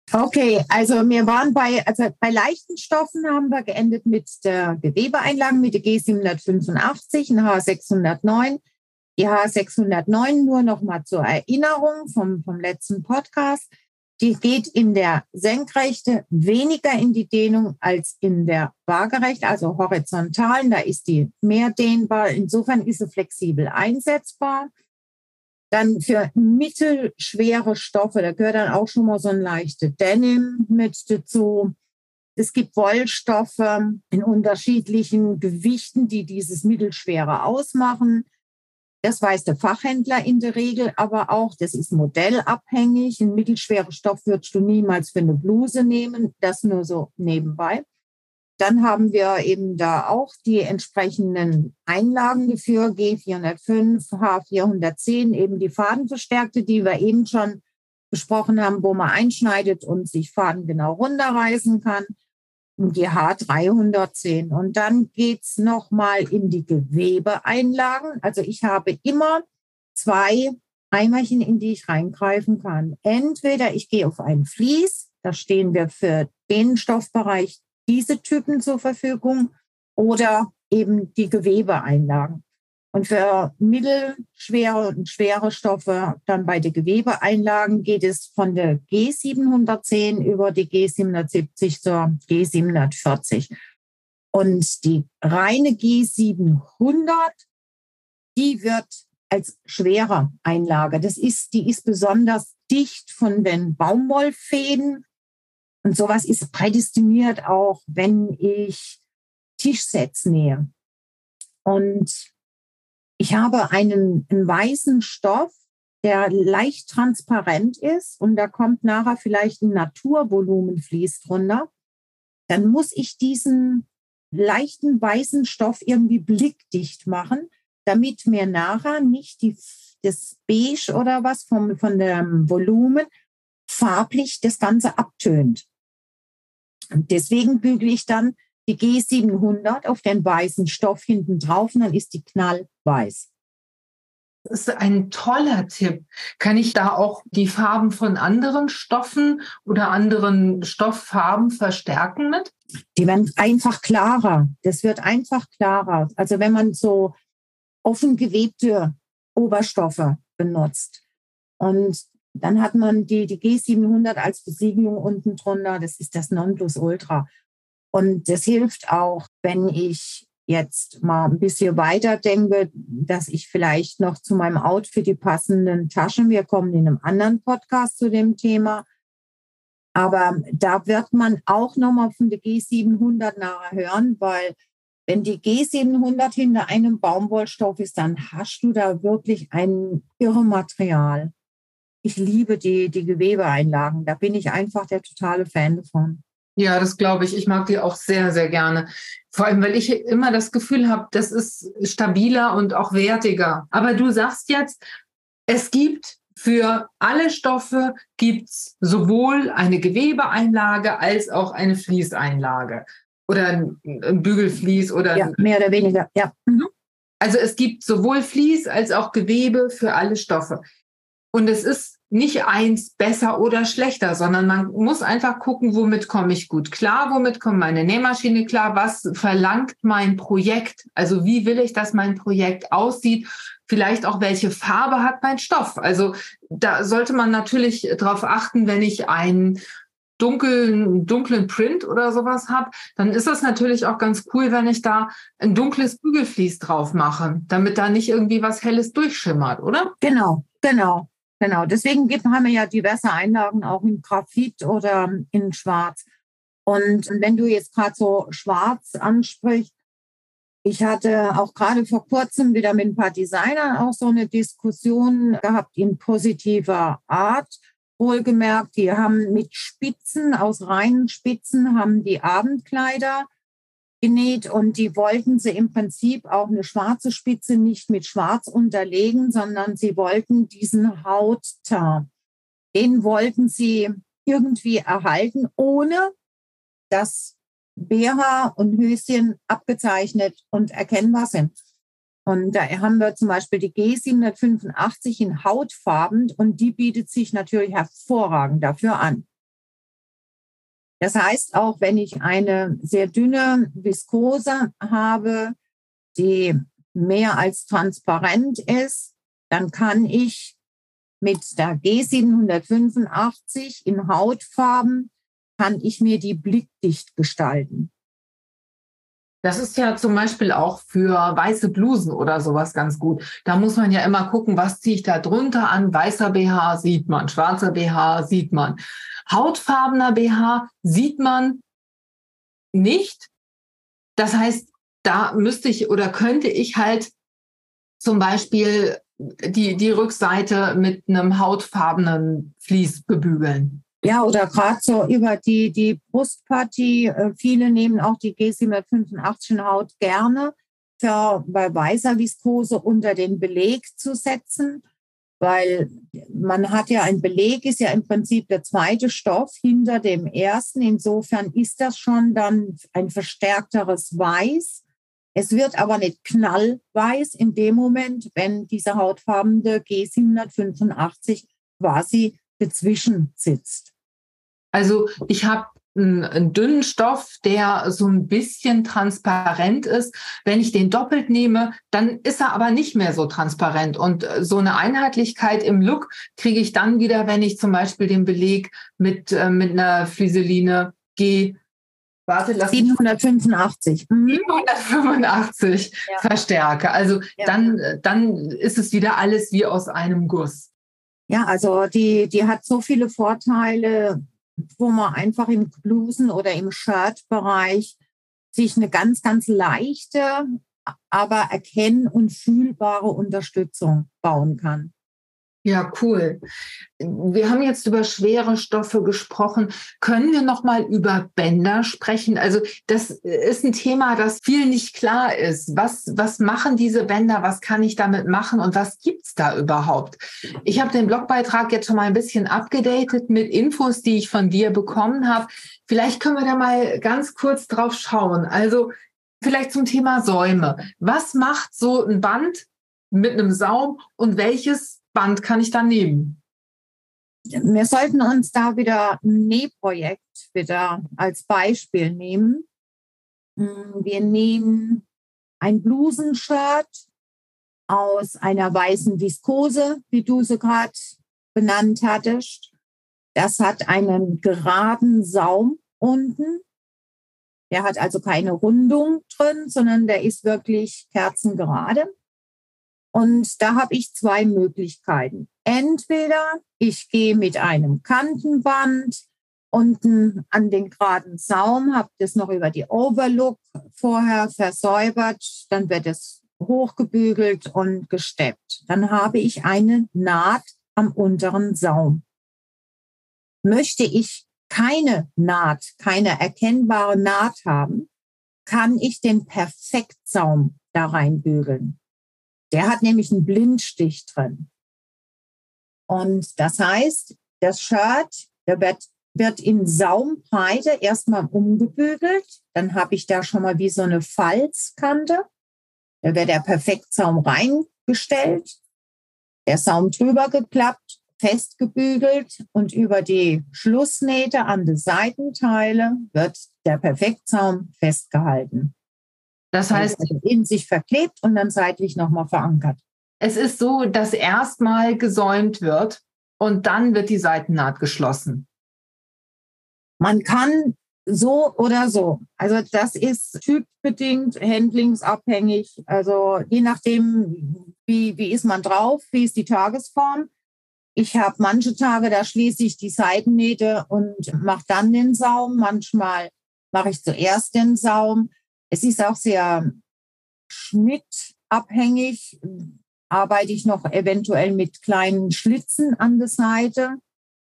Okay, also wir waren bei, also bei leichten Stoffen haben wir geendet mit der Gewebeeinlagen, mit der G siebenhundertfünfundachtzig, ein H sechshundertneun. Die H sechshundertneun, nur noch mal zur Erinnerung vom, vom letzten Podcast, die geht in der Senkrechte weniger in die Dehnung als in der Waagerechte, also horizontalen. Da ist die mehr dehnbar. Insofern ist sie flexibel einsetzbar. Dann für mittelschwere Stoffe, da gehört dann auch schon mal so ein leichter Denim mit dazu. Es gibt Wollstoffe in unterschiedlichen Gewichten, die dieses Mittelschwere ausmachen. Das weiß der Fachhändler in der Regel aber auch. Das ist modellabhängig. Ein mittelschwerer Stoff würdest du niemals für eine Bluse nehmen. Das nur so nebenbei. Dann haben wir eben da auch die entsprechenden Einlagen dafür, G vierhundertfünf, H vierhundertzehn, eben die fadenverstärkte, die wir eben schon besprochen haben, wo man einschneidet und sich Faden genau runterreißen kann. Und die H dreihundertzehn. Und dann geht's nochmal in die Gewebeeinlagen. Also ich habe immer zwei Eimerchen, in die ich reingreifen kann. Entweder ich gehe auf ein Vlies, da stehen wir für den Stoffbereich diese Typen zur Verfügung, oder eben die Gewebeeinlagen. Und für mittelschwere und schwere Stoffe, dann bei den Gewebeeinlagen, geht es von der G siebenhundertzehn über die G siebenhundertsiebzig zur G siebenhundertvierzig. Und die reine G siebenhundert, die wird als schwere Einlage. Das ist, die ist besonders dicht von den Baumwollfäden. Und sowas ist prädestiniert auch, wenn ich Tischsets nähe. Und ich habe einen, einen weißen Stoff, der leicht transparent ist, und da kommt nachher vielleicht ein Naturvolumenvlies drunter. Dann muss ich diesen leichten weißen Stoff irgendwie blickdicht machen, damit mir nachher nicht die, das Beige oder was vom, von dem Volumen farblich das Ganze abtönt. Und deswegen bügele ich dann die G siebenhundert auf den weißen Stoff hinten drauf, und dann ist die knallweiß. Das ist ein toller Tipp. Kann ich da auch die Farben von anderen Stoffen oder anderen Stofffarben verstärken mit? Die werden einfach klarer. Das wird einfach klarer. Also wenn man so offen gewebte Oberstoffe benutzt, und dann hat man die, die G siebenhundert als Versiegelung unten drunter. Das ist das Nonplusultra. Und das hilft auch, wenn ich jetzt mal ein bisschen weiter denke, dass ich vielleicht noch zu meinem Outfit die passenden Taschen, wir kommen in einem anderen Podcast zu dem Thema, aber da wird man auch nochmal von der G siebenhundert nachher hören, weil wenn die G siebenhundert hinter einem Baumwollstoff ist, dann hast du da wirklich ein irre Material. Ich liebe die, die Gewebeeinlagen. Da bin ich einfach der totale Fan davon. Ja, das glaube ich. Ich mag die auch sehr, sehr gerne. Vor allem, weil ich immer das Gefühl habe, das ist stabiler und auch wertiger. Aber du sagst jetzt, es gibt für alle Stoffe gibt's sowohl eine Gewebeeinlage als auch eine Fließeinlage oder ein, ein Bügelflies oder ja, mehr oder weniger. Ja. Mhm. Also es gibt sowohl Vlies als auch Gewebe für alle Stoffe. Und es ist nicht eins besser oder schlechter, sondern man muss einfach gucken, womit komme ich gut klar, womit kommt meine Nähmaschine klar, was verlangt mein Projekt, also wie will ich, dass mein Projekt aussieht, vielleicht auch welche Farbe hat mein Stoff. Also da sollte man natürlich drauf achten, wenn ich einen dunklen, dunklen Print oder sowas habe, dann ist das natürlich auch ganz cool, wenn ich da ein dunkles Bügelvlies drauf mache, damit da nicht irgendwie was Helles durchschimmert, oder? Genau, genau. Genau, deswegen gibt, haben wir ja diverse Einlagen auch in Graphit oder in Schwarz. Und wenn du jetzt gerade so Schwarz ansprichst, ich hatte auch gerade vor kurzem wieder mit ein paar Designern auch so eine Diskussion gehabt in positiver Art. Wohlgemerkt, die haben mit Spitzen, aus reinen Spitzen, haben die Abendkleider genäht, und die wollten sie im Prinzip auch eine schwarze Spitze nicht mit Schwarz unterlegen, sondern sie wollten diesen Hautton, den wollten sie irgendwie erhalten, ohne dass B H und Höschen abgezeichnet und erkennbar sind. Und da haben wir zum Beispiel die G siebenhundertfünfundachtzig in Hautfarben, und die bietet sich natürlich hervorragend dafür an. Das heißt, auch wenn ich eine sehr dünne Viskose habe, die mehr als transparent ist, dann kann ich mit der G siebenhundertfünfundachtzig in Hautfarben, kann ich mir die blickdicht gestalten. Das ist ja zum Beispiel auch für weiße Blusen oder sowas ganz gut. Da muss man ja immer gucken, was ziehe ich da drunter an. Weißer B H sieht man, schwarzer B H sieht man. Hautfarbener B H sieht man nicht. Das heißt, da müsste ich oder könnte ich halt zum Beispiel die, die Rückseite mit einem hautfarbenen Vlies bebügeln. Ja, oder gerade so über die, die Brustpartie. Viele nehmen auch die G siebenhundertfünfundachtzig Haut gerne für bei weißer Viskose unter den Beleg zu setzen, weil man hat ja ein Beleg, ist ja im Prinzip der zweite Stoff hinter dem ersten. Insofern ist das schon dann ein verstärkteres Weiß. Es wird aber nicht knallweiß in dem Moment, wenn diese hautfarbene G siebenhundertfünfundachtzig quasi dazwischen sitzt. Also ich habe einen, einen dünnen Stoff, der so ein bisschen transparent ist. Wenn ich den doppelt nehme, dann ist er aber nicht mehr so transparent. Und so eine Einheitlichkeit im Look kriege ich dann wieder, wenn ich zum Beispiel den Beleg mit, äh, mit einer Flieseline G Warte, lass siebenhundertfünfundachtzig. Mhm. siebenhundertfünfundachtzig ja. verstärke. Also ja. dann, dann ist es wieder alles wie aus einem Guss. Ja, also die, die hat so viele Vorteile, wo man einfach im Blusen- oder im Shirt-Bereich sich eine ganz, ganz leichte, aber erkenn- und fühlbare Unterstützung bauen kann. Ja, cool. Wir haben jetzt über schwere Stoffe gesprochen. Können wir noch mal über Bänder sprechen? Also das ist ein Thema, das vielen nicht klar ist. Was, was machen diese Bänder? Was kann ich damit machen? Und was gibt's da überhaupt? Ich habe den Blogbeitrag jetzt schon mal ein bisschen abgedatet mit Infos, die ich von dir bekommen habe. Vielleicht können wir da mal ganz kurz drauf schauen. Also vielleicht zum Thema Säume. Was macht so ein Band mit einem Saum und welches Band kann ich dann nehmen? Wir sollten uns da wieder ein Nähprojekt wieder als Beispiel nehmen. Wir nähen ein Blusenshirt aus einer weißen Viskose, wie du sie gerade benannt hattest. Das hat einen geraden Saum unten. Der hat also keine Rundung drin, sondern der ist wirklich kerzengerade. Und da habe ich zwei Möglichkeiten. Entweder ich gehe mit einem Kantenband unten an den geraden Saum, habe das noch über die Overlook vorher versäubert, dann wird es hochgebügelt und gesteppt. Dann habe ich eine Naht am unteren Saum. Möchte ich keine Naht, keine erkennbare Naht haben, kann ich den Perfektsaum da reinbügeln. Der hat nämlich einen Blindstich drin. Und das heißt, das Shirt, der wird, wird in Saumbreite erstmal umgebügelt. Dann habe ich da schon mal wie so eine Falzkante. Da wird der Perfektsaum reingestellt, der Saum drüber geklappt, festgebügelt und über die Schlussnähte an die Seitenteile wird der Perfektsaum festgehalten. Das heißt, also in sich verklebt und dann seitlich nochmal verankert. Es ist so, dass erstmal gesäumt wird und dann wird die Seitennaht geschlossen. Man kann so oder so. Also das ist typbedingt, handlingsabhängig. Also je nachdem, wie, wie ist man drauf, wie ist die Tagesform. Ich habe manche Tage, da schließe ich die Seitennähte und mache dann den Saum. Manchmal mache ich zuerst den Saum. Es ist auch sehr schnittabhängig. Arbeite ich noch eventuell mit kleinen Schlitzen an der Seite.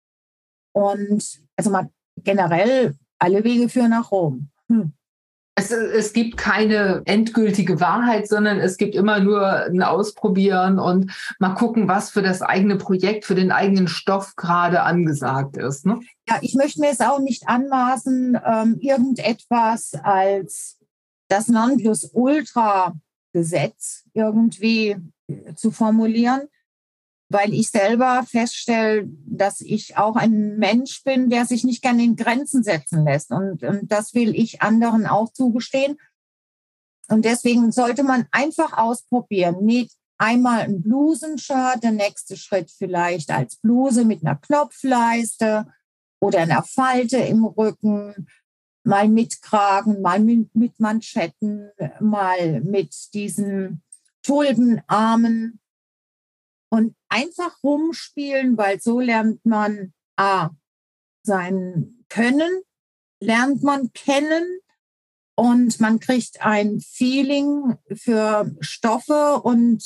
Und also mal generell, alle Wege führen nach Rom. Hm. Es, es gibt keine endgültige Wahrheit, sondern es gibt immer nur ein Ausprobieren und mal gucken, was für das eigene Projekt, für den eigenen Stoff gerade angesagt ist. Ne? Ja, ich möchte mir es auch nicht anmaßen, ähm, irgendetwas als das Nonplusultra-Gesetz irgendwie zu formulieren. weil ich selber feststelle, dass ich auch ein Mensch bin, der sich nicht gerne in Grenzen setzen lässt. Und, und das will ich anderen auch zugestehen. Und deswegen sollte man einfach ausprobieren. Nicht einmal ein Blusenshirt, der nächste Schritt vielleicht als Bluse mit einer Knopfleiste oder einer Falte im Rücken, mal mit Kragen, mal mit, mit Manschetten, mal mit diesen Tulpenarmen. Und einfach rumspielen, weil so lernt man A, sein Können, lernt man kennen und man kriegt ein Feeling für Stoffe. Und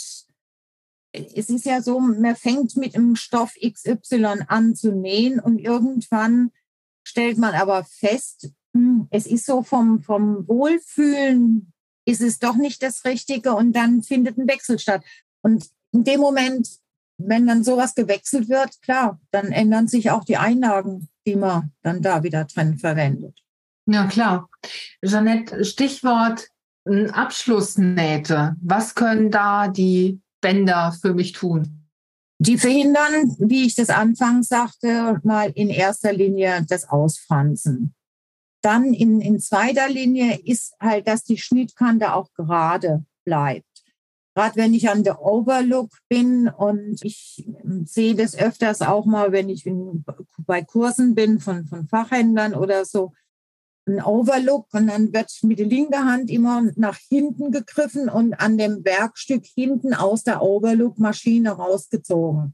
es ist ja so, man fängt mit einem Stoff X Y an zu nähen und irgendwann stellt man aber fest, es ist so vom, vom Wohlfühlen, ist es doch nicht das Richtige und dann findet ein Wechsel statt. Und in dem Moment, wenn dann sowas gewechselt wird, klar, dann ändern sich auch die Einlagen, die man dann da wieder drin verwendet. Ja, klar. Jeanette, Stichwort Abschlussnähte. Was können da die Bänder für mich tun? Die verhindern, wie ich das anfangs sagte, mal in erster Linie das Ausfransen. Dann in, in zweiter Linie ist halt, dass die Schnittkante auch gerade bleibt. Gerade wenn ich an der Overlook bin und ich sehe das öfters auch mal, wenn ich in, bei Kursen bin von, von Fachhändlern oder so, ein Overlook und dann wird mit der linken Hand immer nach hinten gegriffen und an dem Werkstück hinten aus der Overlook-Maschine rausgezogen.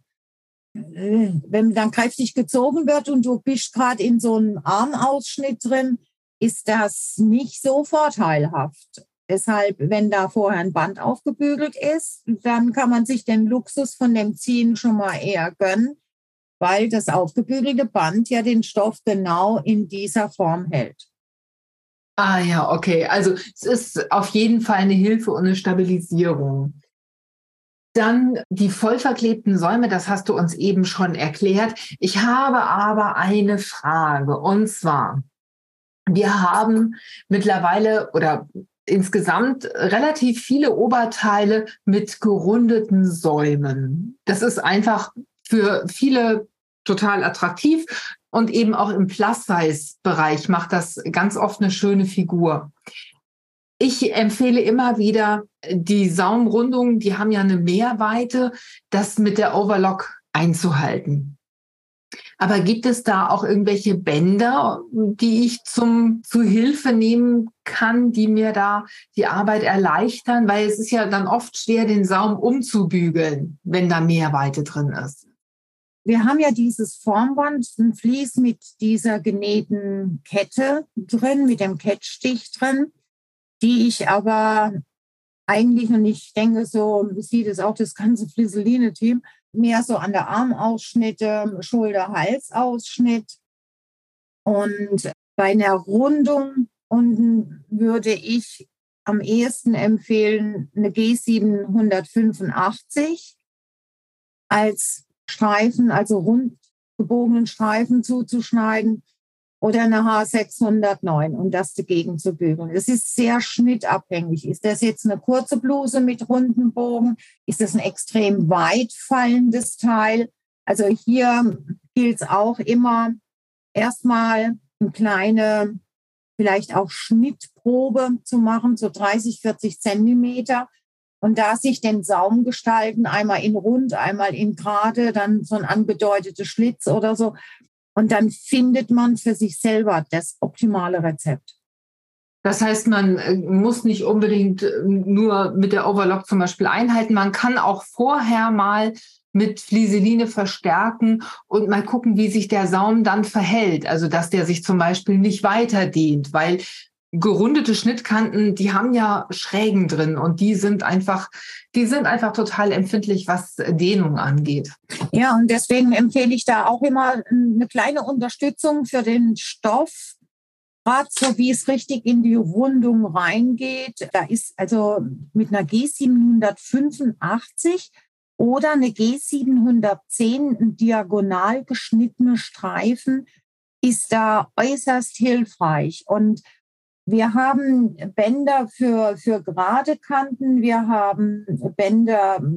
Wenn dann kräftig gezogen wird und du bist gerade in so einem Armausschnitt drin, ist das nicht so vorteilhaft. Deshalb, wenn da vorher ein Band aufgebügelt ist, dann kann man sich den Luxus von dem Ziehen schon mal eher gönnen, weil das aufgebügelte Band ja den Stoff genau in dieser Form hält. Ah ja, okay. Also es ist auf jeden Fall eine Hilfe und eine Stabilisierung. Dann die vollverklebten Säume, das hast du uns eben schon erklärt. Ich habe aber eine Frage und zwar, wir haben mittlerweile oder insgesamt relativ viele Oberteile mit gerundeten Säumen. Das ist einfach für viele total attraktiv und eben auch im Plus-Size-Bereich macht das ganz oft eine schöne Figur. Ich empfehle immer wieder, die Saumrundungen, die haben ja eine Mehrweite, das mit der Overlock einzuhalten. Aber gibt es da auch irgendwelche Bänder, die ich zum, zu Hilfe nehmen kann, die mir da die Arbeit erleichtern? Weil es ist ja dann oft schwer, den Saum umzubügeln, wenn da Mehrweite drin ist. Wir haben ja dieses Formband, ein Vlies mit dieser genähten Kette drin, mit dem Kettstich drin, die ich aber eigentlich, und ich denke, so sieht es auch das ganze Flisseline-Team, mehr so an der Armausschnitte, Schulter-Hals-Ausschnitt. Und bei einer Rundung unten würde ich am ehesten empfehlen, eine G siebenhundertfünfundachtzig als Streifen, also rund gebogenen Streifen zuzuschneiden oder eine H sechshundertneun, um das dagegen zu bügeln. Es ist sehr schnittabhängig. Ist das jetzt eine kurze Bluse mit runden Bogen? Ist das ein extrem weit fallendes Teil? Also hier gilt es auch immer, erstmal eine kleine, vielleicht auch Schnittprobe zu machen, so dreißig, vierzig Zentimeter. Und da sich den Saum gestalten, einmal in rund, einmal in gerade, dann so ein angedeuteter Schlitz oder so. Und dann findet man für sich selber das optimale Rezept. Das heißt, man muss nicht unbedingt nur mit der Overlock zum Beispiel einhalten. Man kann auch vorher mal mit Flieseline verstärken und mal gucken, wie sich der Saum dann verhält. Also, dass der sich zum Beispiel nicht weiter dehnt, weil gerundete Schnittkanten, die haben ja Schrägen drin und die sind einfach, die sind einfach total empfindlich, was Dehnung angeht. Ja, und deswegen empfehle ich da auch immer eine kleine Unterstützung für den Stoff, gerade so wie es richtig in die Rundung reingeht. Da ist also mit einer G siebenhundertfünfundachtzig oder eine G siebenhundertzehn ein diagonal geschnittene Streifen ist da äußerst hilfreich. Und wir haben Bänder für, für gerade Kanten, wir haben Bänder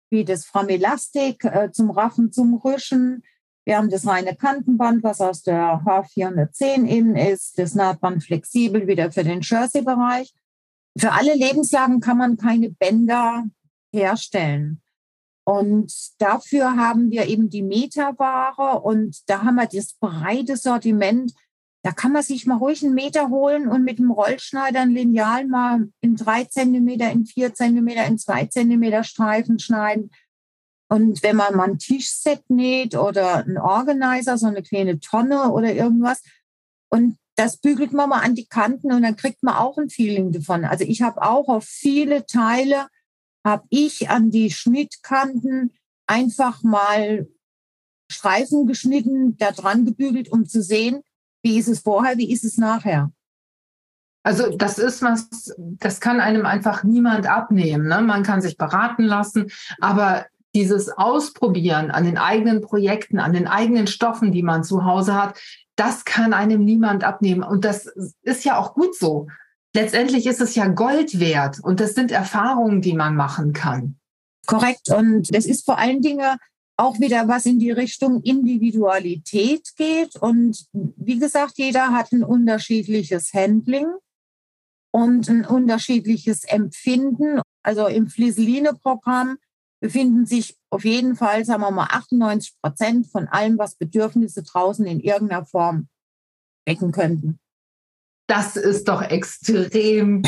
wie das Framelastik äh, zum Raffen, zum Rüschen. Wir haben das reine Kantenband, was aus der H vierhundertzehn eben ist. Das Nahtband flexibel wieder für den Jersey-Bereich. Für alle Lebenslagen kann man keine Bänder herstellen. Und dafür haben wir eben die Meterware und da haben wir das breite Sortiment. Da kann man sich mal ruhig einen Meter holen und mit dem Rollschneider ein Lineal mal in drei Zentimeter, in vier Zentimeter, in zwei Zentimeter Streifen schneiden. Und wenn man mal ein Tischset näht oder ein Organizer, so eine kleine Tonne oder irgendwas, und das bügelt man mal an die Kanten und dann kriegt man auch ein Feeling davon. Also ich habe auch auf viele Teile, habe ich an die Schnittkanten einfach mal Streifen geschnitten, da dran gebügelt, um zu sehen, wie ist es vorher, wie ist es nachher. Also das ist was, das kann einem einfach niemand abnehmen, ne? Man kann sich beraten lassen, aber dieses Ausprobieren an den eigenen Projekten, an den eigenen Stoffen, die man zu Hause hat, das kann einem niemand abnehmen. Und das ist ja auch gut so. Letztendlich ist es ja Gold wert und das sind Erfahrungen, die man machen kann. Korrekt. Und das ist vor allen Dingen auch wieder was in die Richtung Individualität geht. Und wie gesagt, jeder hat ein unterschiedliches Handling und ein unterschiedliches Empfinden. Also im Flieseline-Programm befinden sich auf jeden Fall, sagen wir mal, achtundneunzig Prozent von allem, was Bedürfnisse draußen in irgendeiner Form wecken könnten. Das ist doch extrem.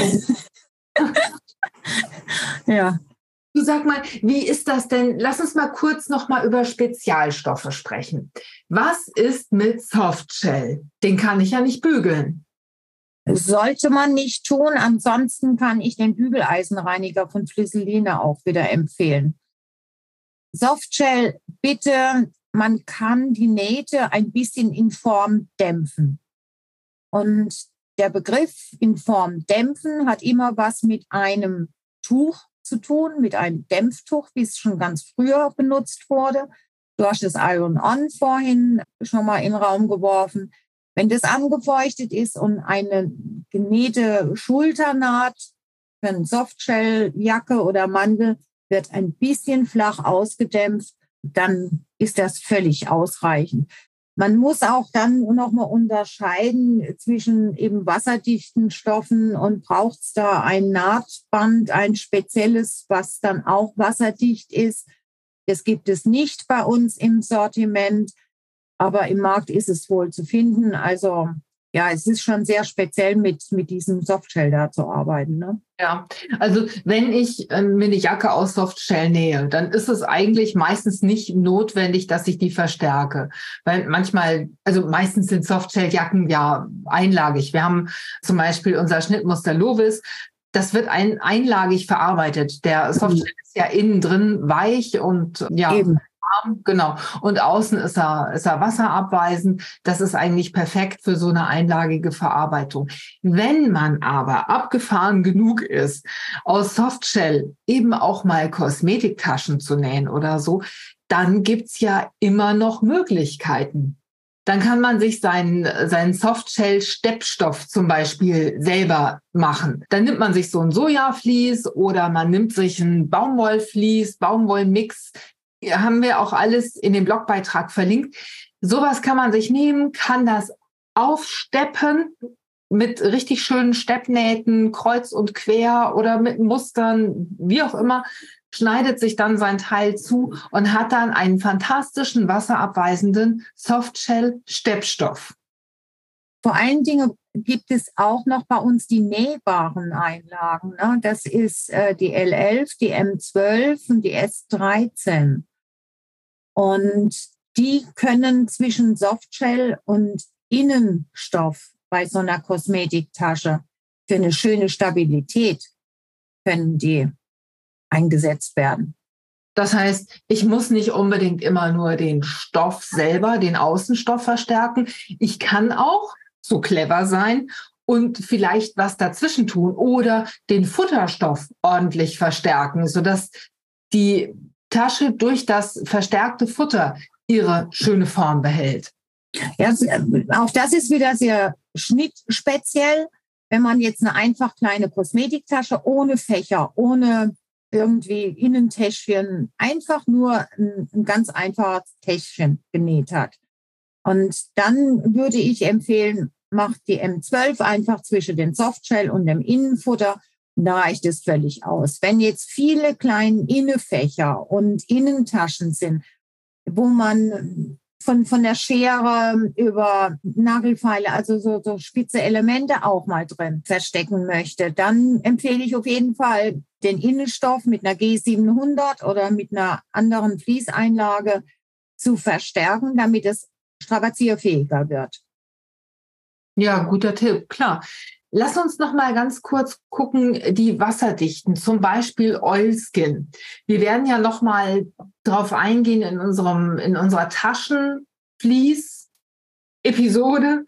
Ja. Du sag mal, wie ist das denn? Lass uns mal kurz noch mal über Spezialstoffe sprechen. Was ist mit Softshell? Den kann ich ja nicht bügeln. Sollte man nicht tun. Ansonsten kann ich den Bügeleisenreiniger von Flieseline auch wieder empfehlen. Softshell, bitte, man kann die Nähte ein bisschen in Form dämpfen. Und der Begriff in Form dämpfen hat immer was mit einem Tuch zu tun, mit einem Dämpftuch, wie es schon ganz früher benutzt wurde. Du hast das Iron-On vorhin schon mal in den Raum geworfen. Wenn das angefeuchtet ist und eine genähte Schulternaht für eine Softshell-Jacke oder Mantel wird ein bisschen flach ausgedämpft, dann ist das völlig ausreichend. Man muss auch dann nochmal unterscheiden zwischen eben wasserdichten Stoffen und braucht es da ein Nahtband, ein spezielles, was dann auch wasserdicht ist. Das gibt es nicht bei uns im Sortiment, aber im Markt ist es wohl zu finden. Also ja, es ist schon sehr speziell, mit, mit diesem Softshell da zu arbeiten, ne? Ja, also wenn ich äh, mir eine Jacke aus Softshell nähe, dann ist es eigentlich meistens nicht notwendig, dass ich die verstärke. Weil manchmal, also meistens sind Softshell-Jacken ja einlagig. Wir haben zum Beispiel unser Schnittmuster Lovis. Das wird ein, einlagig verarbeitet. Der Softshell mhm. ist ja innen drin weich und ja. Eben. Genau. Und außen ist er, ist er wasserabweisend. Das ist eigentlich perfekt für so eine einlagige Verarbeitung. Wenn man aber abgefahren genug ist, aus Softshell eben auch mal Kosmetiktaschen zu nähen oder so, dann gibt's ja immer noch Möglichkeiten. Dann kann man sich seinen, seinen Softshell-Steppstoff zum Beispiel selber machen. Dann nimmt man sich so ein Sojaflies oder man nimmt sich ein Baumwollflies, Baumwollmix. Haben wir auch alles in dem Blogbeitrag verlinkt. Sowas kann man sich nehmen, kann das aufsteppen mit richtig schönen Steppnähten, kreuz und quer oder mit Mustern, wie auch immer, schneidet sich dann sein Teil zu und hat dann einen fantastischen wasserabweisenden Softshell-Steppstoff. Vor allen Dingen gibt es auch noch bei uns die nähbaren Einlagen, ne? Das ist äh, die L elf, die M zwölf und die S dreizehn. Und die können zwischen Softshell und Innenstoff bei so einer Kosmetiktasche für eine schöne Stabilität können die eingesetzt werden. Das heißt, ich muss nicht unbedingt immer nur den Stoff selber, den Außenstoff verstärken. Ich kann auch so clever sein und vielleicht was dazwischen tun oder den Futterstoff ordentlich verstärken, sodass die Tasche durch das verstärkte Futter ihre schöne Form behält. Ja, auch das ist wieder sehr schnittspeziell. Wenn man jetzt eine einfach kleine Kosmetiktasche ohne Fächer, ohne irgendwie Innentäschchen, einfach nur ein, ein ganz einfaches Täschchen genäht hat. Und dann würde ich empfehlen, macht die M zwölf einfach zwischen den Softshell und dem Innenfutter. Da reicht es völlig aus. Wenn jetzt viele kleine Innenfächer und Innentaschen sind, wo man von, von der Schere über Nagelfeile, also so, so spitze Elemente auch mal drin verstecken möchte, dann empfehle ich auf jeden Fall den Innenstoff mit einer G siebenhundert oder mit einer anderen Fließeinlage zu verstärken, damit es strapazierfähiger wird. Ja, guter Tipp, klar. Lass uns noch mal ganz kurz gucken, die Wasserdichten, zum Beispiel Oilskin. Wir werden ja noch mal drauf eingehen in unserem, in unserer Taschenflies-Episode.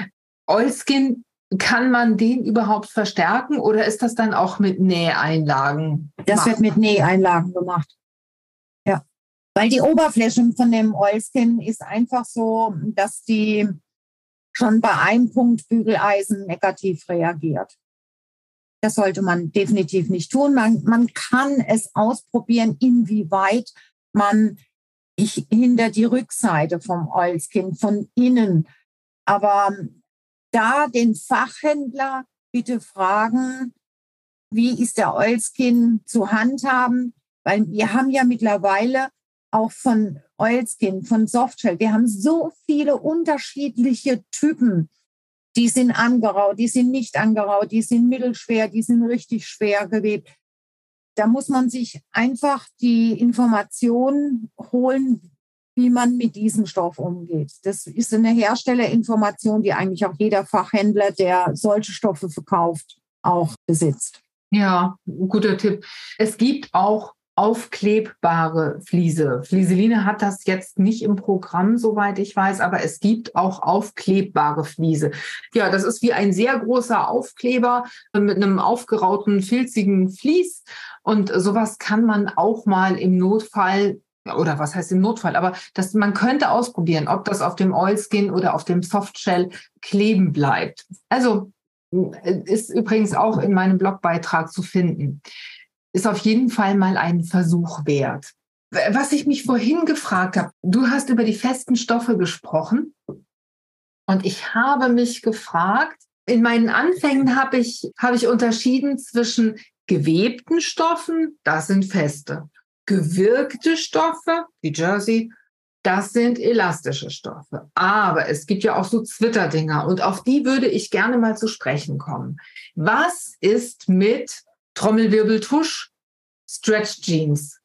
Oilskin, kann man den überhaupt verstärken oder ist das dann auch mit Näheinlagen? Das wird mit Näheinlagen gemacht. Ja, weil die Oberfläche von dem Oilskin ist einfach so, dass die schon bei einem Punkt Bügeleisen negativ reagiert. Das sollte man definitiv nicht tun. Man, man kann es ausprobieren, inwieweit man ich, hinter die Rückseite vom Oilskin von innen. Aber da den Fachhändler bitte fragen, wie ist der Oilskin zu handhaben? Weil wir haben ja mittlerweile auch von Oilskin, von Softshell, wir haben so viele unterschiedliche Typen. Die sind angeraut, die sind nicht angeraut, die sind mittelschwer, die sind richtig schwer gewebt. Da muss man sich einfach die Informationen holen, wie man mit diesem Stoff umgeht. Das ist eine Herstellerinformation, die eigentlich auch jeder Fachhändler, der solche Stoffe verkauft, auch besitzt. Ja, guter Tipp. Es gibt auch aufklebbare Fliese. Flieseline hat das jetzt nicht im Programm, soweit ich weiß, aber es gibt auch aufklebbare Fliese. Ja, das ist wie ein sehr großer Aufkleber mit einem aufgerauten, filzigen Vlies. Und sowas kann man auch mal im Notfall, oder was heißt im Notfall, aber das, man könnte ausprobieren, ob das auf dem Oilskin oder auf dem Softshell kleben bleibt. Also ist übrigens auch in meinem Blogbeitrag zu finden. Ist auf jeden Fall mal ein Versuch wert. Was ich mich vorhin gefragt habe, du hast über die festen Stoffe gesprochen und ich habe mich gefragt, in meinen Anfängen habe ich, habe ich unterschieden zwischen gewebten Stoffen, das sind feste, gewirkte Stoffe, wie Jersey, das sind elastische Stoffe. Aber es gibt ja auch so Zwitterdinger und auf die würde ich gerne mal zu sprechen kommen. Was ist mit Trommelwirbeltusch, Stretch Jeans?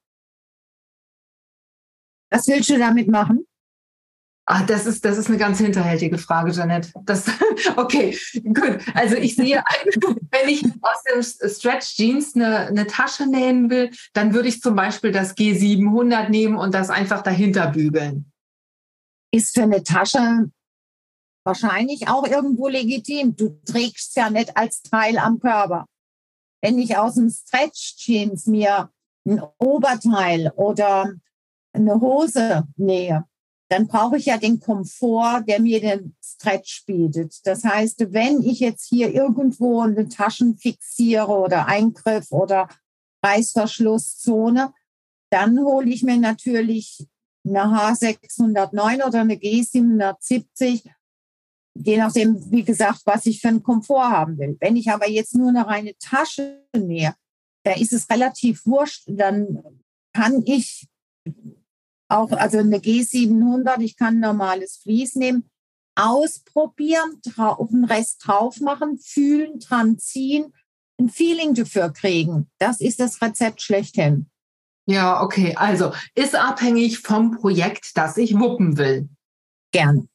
Was willst du damit machen? Ah, das ist, das ist eine ganz hinterhältige Frage, Jeanette. Das, okay, gut. Also ich sehe, wenn ich aus dem Stretch Jeans eine, eine Tasche nähen will, dann würde ich zum Beispiel das G siebenhundert nehmen und das einfach dahinter bügeln. Ist für eine Tasche wahrscheinlich auch irgendwo legitim. Du trägst es ja nicht als Teil am Körper. Wenn ich aus dem Stretch Jeans mir ein Oberteil oder eine Hose nähe, dann brauche ich ja den Komfort, der mir den Stretch bietet. Das heißt, wenn ich jetzt hier irgendwo eine Taschen fixiere oder Eingriff oder Reißverschlusszone, dann hole ich mir natürlich eine H sechshundertneun oder eine G siebenhundertsiebzig, je nachdem, wie gesagt, was ich für einen Komfort haben will. Wenn ich aber jetzt nur eine reine Tasche nähe, da ist es relativ wurscht, dann kann ich auch, also eine G siebenhundert, ich kann ein normales Vlies nehmen, ausprobieren, auf den Rest drauf machen, fühlen, dran ziehen, ein Feeling dafür kriegen. Das ist das Rezept schlechthin. Ja, okay. Also ist abhängig vom Projekt, das ich wuppen will. Gern.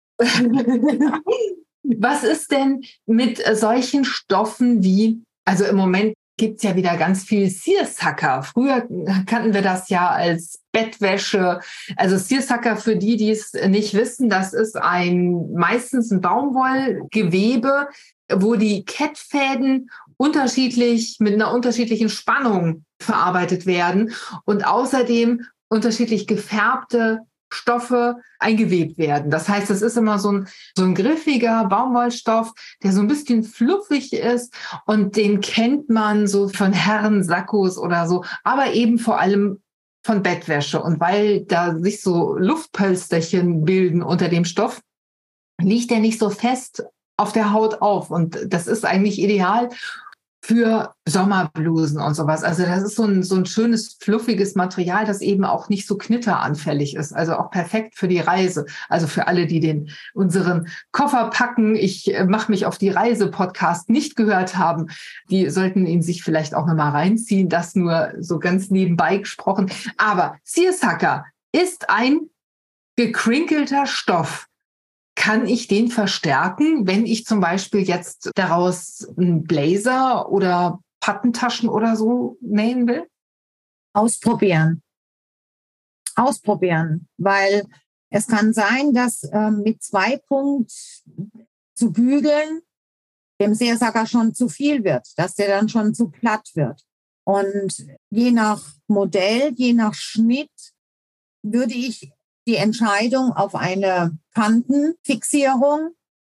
Was ist denn mit solchen Stoffen wie, also im Moment gibt es ja wieder ganz viel Seersucker. Früher kannten wir das ja als Bettwäsche. Also Seersucker, für die, die es nicht wissen, das ist ein meistens ein Baumwollgewebe, wo die Kettfäden unterschiedlich mit einer unterschiedlichen Spannung verarbeitet werden und außerdem unterschiedlich gefärbte Stoffe eingewebt werden. Das heißt, es ist immer so ein, so ein griffiger Baumwollstoff, der so ein bisschen fluffig ist und den kennt man so von Herrensakkos oder so, aber eben vor allem von Bettwäsche. Und weil da sich so Luftpölsterchen bilden unter dem Stoff, liegt der nicht so fest auf der Haut auf. Und das ist eigentlich ideal für Sommerblusen und sowas. Also das ist so ein, so ein schönes, fluffiges Material, das eben auch nicht so knitteranfällig ist. Also auch perfekt für die Reise. Also für alle, die den unseren Koffer packen, ich äh, mache mich auf die Reise-Podcast nicht gehört haben, die sollten ihn sich vielleicht auch nochmal reinziehen. Das nur so ganz nebenbei gesprochen. Aber Seersucker ist ein gekrinkelter Stoff. Kann ich den verstärken, wenn ich zum Beispiel jetzt daraus einen Blazer oder Pattentaschen oder so nähen will? Ausprobieren. Ausprobieren, weil es kann sein, dass äh, mit zwei Punkt zu bügeln dem Seersucker schon zu viel wird, dass der dann schon zu platt wird. Und je nach Modell, je nach Schnitt würde ich die Entscheidung auf eine Kantenfixierung,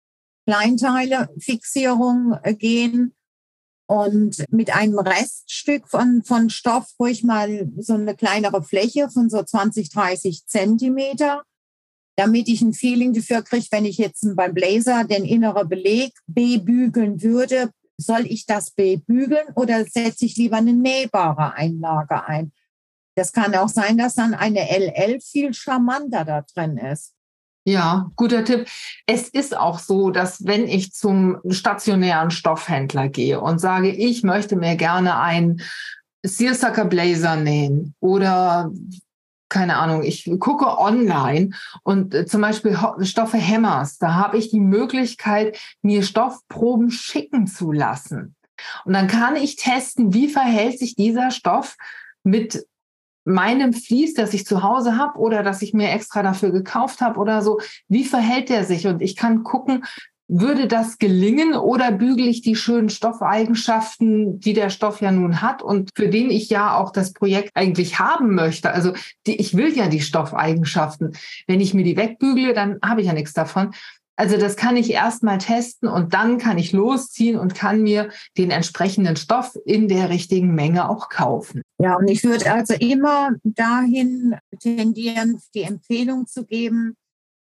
Kleinteilefixierung gehen und mit einem Reststück von, von Stoff ruhig mal so eine kleinere Fläche von so zwanzig, dreißig Zentimeter, damit ich ein Feeling dafür kriege, wenn ich jetzt beim Blazer den inneren Beleg bebügeln würde, soll ich das bebügeln oder setze ich lieber eine nähbare Einlage ein? Das kann auch sein, dass dann eine L L viel charmanter da drin ist. Ja, guter Tipp. Es ist auch so, dass wenn ich zum stationären Stoffhändler gehe und sage, ich möchte mir gerne einen Seersucker Blazer nähen oder keine Ahnung, ich gucke online und äh, zum Beispiel Stoffe Hemmers, da habe ich die Möglichkeit, mir Stoffproben schicken zu lassen. Und dann kann ich testen, wie verhält sich dieser Stoff mit meinem Vlies, das ich zu Hause habe oder das ich mir extra dafür gekauft habe oder so, wie verhält der sich? Und ich kann gucken, würde das gelingen oder bügele ich die schönen Stoffeigenschaften, die der Stoff ja nun hat und für den ich ja auch das Projekt eigentlich haben möchte. Also die, ich will ja die Stoffeigenschaften. Wenn ich mir die wegbügle, dann habe ich ja nichts davon. Also das kann ich erst mal testen und dann kann ich losziehen und kann mir den entsprechenden Stoff in der richtigen Menge auch kaufen. Ja, und ich würde also immer dahin tendieren, die Empfehlung zu geben,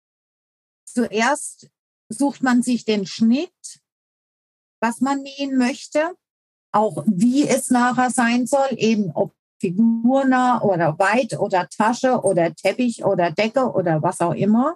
zuerst sucht man sich den Schnitt, was man nähen möchte, auch wie es nachher sein soll, eben ob figurnah oder weit oder Tasche oder Teppich oder Decke oder was auch immer.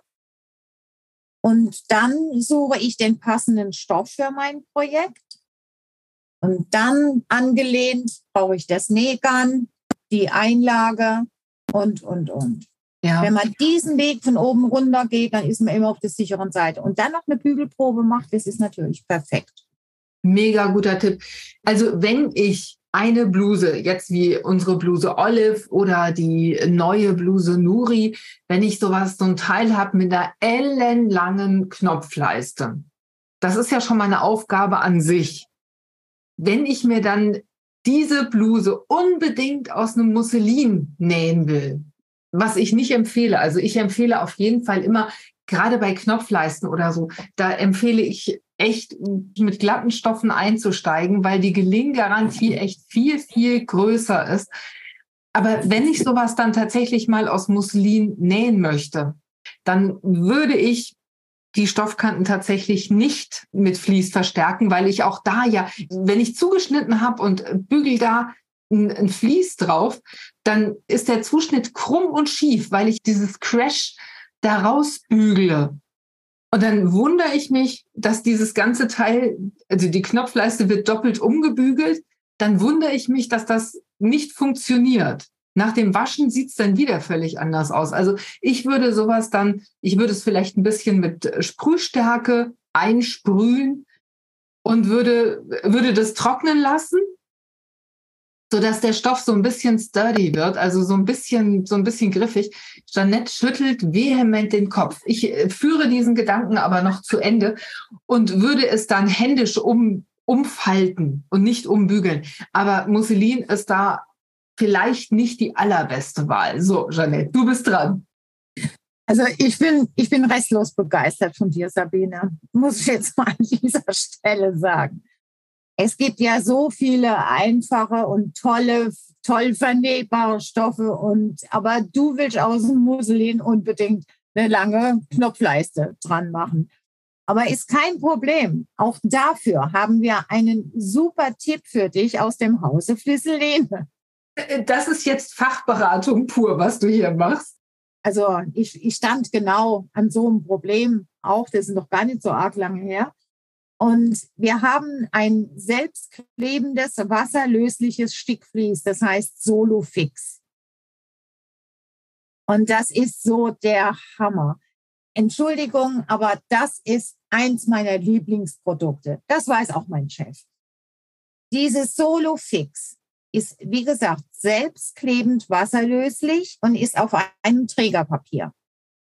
Und dann suche ich den passenden Stoff für mein Projekt. Und dann angelehnt brauche ich das Nähgarn, die Einlage und, und, und. Ja. Wenn man diesen Weg von oben runter geht, dann ist man immer auf der sicheren Seite. Und dann noch eine Bügelprobe macht, das ist natürlich perfekt. Mega guter Tipp. Also wenn ich eine Bluse, jetzt wie unsere Bluse Olive oder die neue Bluse Nuri, wenn ich sowas, so ein Teil habe mit einer ellenlangen Knopfleiste, das ist ja schon mal eine Aufgabe an sich. Wenn ich mir dann diese Bluse unbedingt aus einem Musselin nähen will, was ich nicht empfehle, also ich empfehle auf jeden Fall immer, gerade bei Knopfleisten oder so, da empfehle ich echt mit glatten Stoffen einzusteigen, weil die Gelinggarantie echt viel, viel größer ist. Aber wenn ich sowas dann tatsächlich mal aus Musselin nähen möchte, dann würde ich die Stoffkanten tatsächlich nicht mit Vlies verstärken, weil ich auch da ja, wenn ich zugeschnitten habe und bügel da ein, ein Vlies drauf, dann ist der Zuschnitt krumm und schief, weil ich dieses Crash da rausbügle. Und dann wundere ich mich, dass dieses ganze Teil, also die Knopfleiste wird doppelt umgebügelt, dann wundere ich mich, dass das nicht funktioniert. Nach dem Waschen sieht es dann wieder völlig anders aus. Also ich würde sowas dann, ich würde es vielleicht ein bisschen mit Sprühstärke einsprühen und würde, würde das trocknen lassen, sodass der Stoff so ein bisschen sturdy wird, also so ein bisschen, so ein bisschen griffig. Jeanette schüttelt vehement den Kopf. Ich führe diesen Gedanken aber noch zu Ende und würde es dann händisch um, umfalten und nicht umbügeln. Aber Musselin ist da vielleicht nicht die allerbeste Wahl. So, Jeanette, du bist dran. Also ich bin, ich bin restlos begeistert von dir, Sabine, muss ich jetzt mal an dieser Stelle sagen. Es gibt ja so viele einfache und tolle, toll vernähbare Stoffe, und, aber du willst aus dem Muslin unbedingt eine lange Knopfleiste dran machen. Aber ist kein Problem. Auch dafür haben wir einen super Tipp für dich aus dem Hause Flisselene. Das ist jetzt Fachberatung pur, was du hier machst. Also ich, ich stand genau an so einem Problem auch, das ist noch gar nicht so arg lange her. Und wir haben ein selbstklebendes, wasserlösliches Stickvlies, das heißt Solofix. Und das ist so der Hammer. Entschuldigung, aber das ist eins meiner Lieblingsprodukte. Das weiß auch mein Chef. Dieses Solofix ist, wie gesagt, selbstklebend wasserlöslich und ist auf einem Trägerpapier.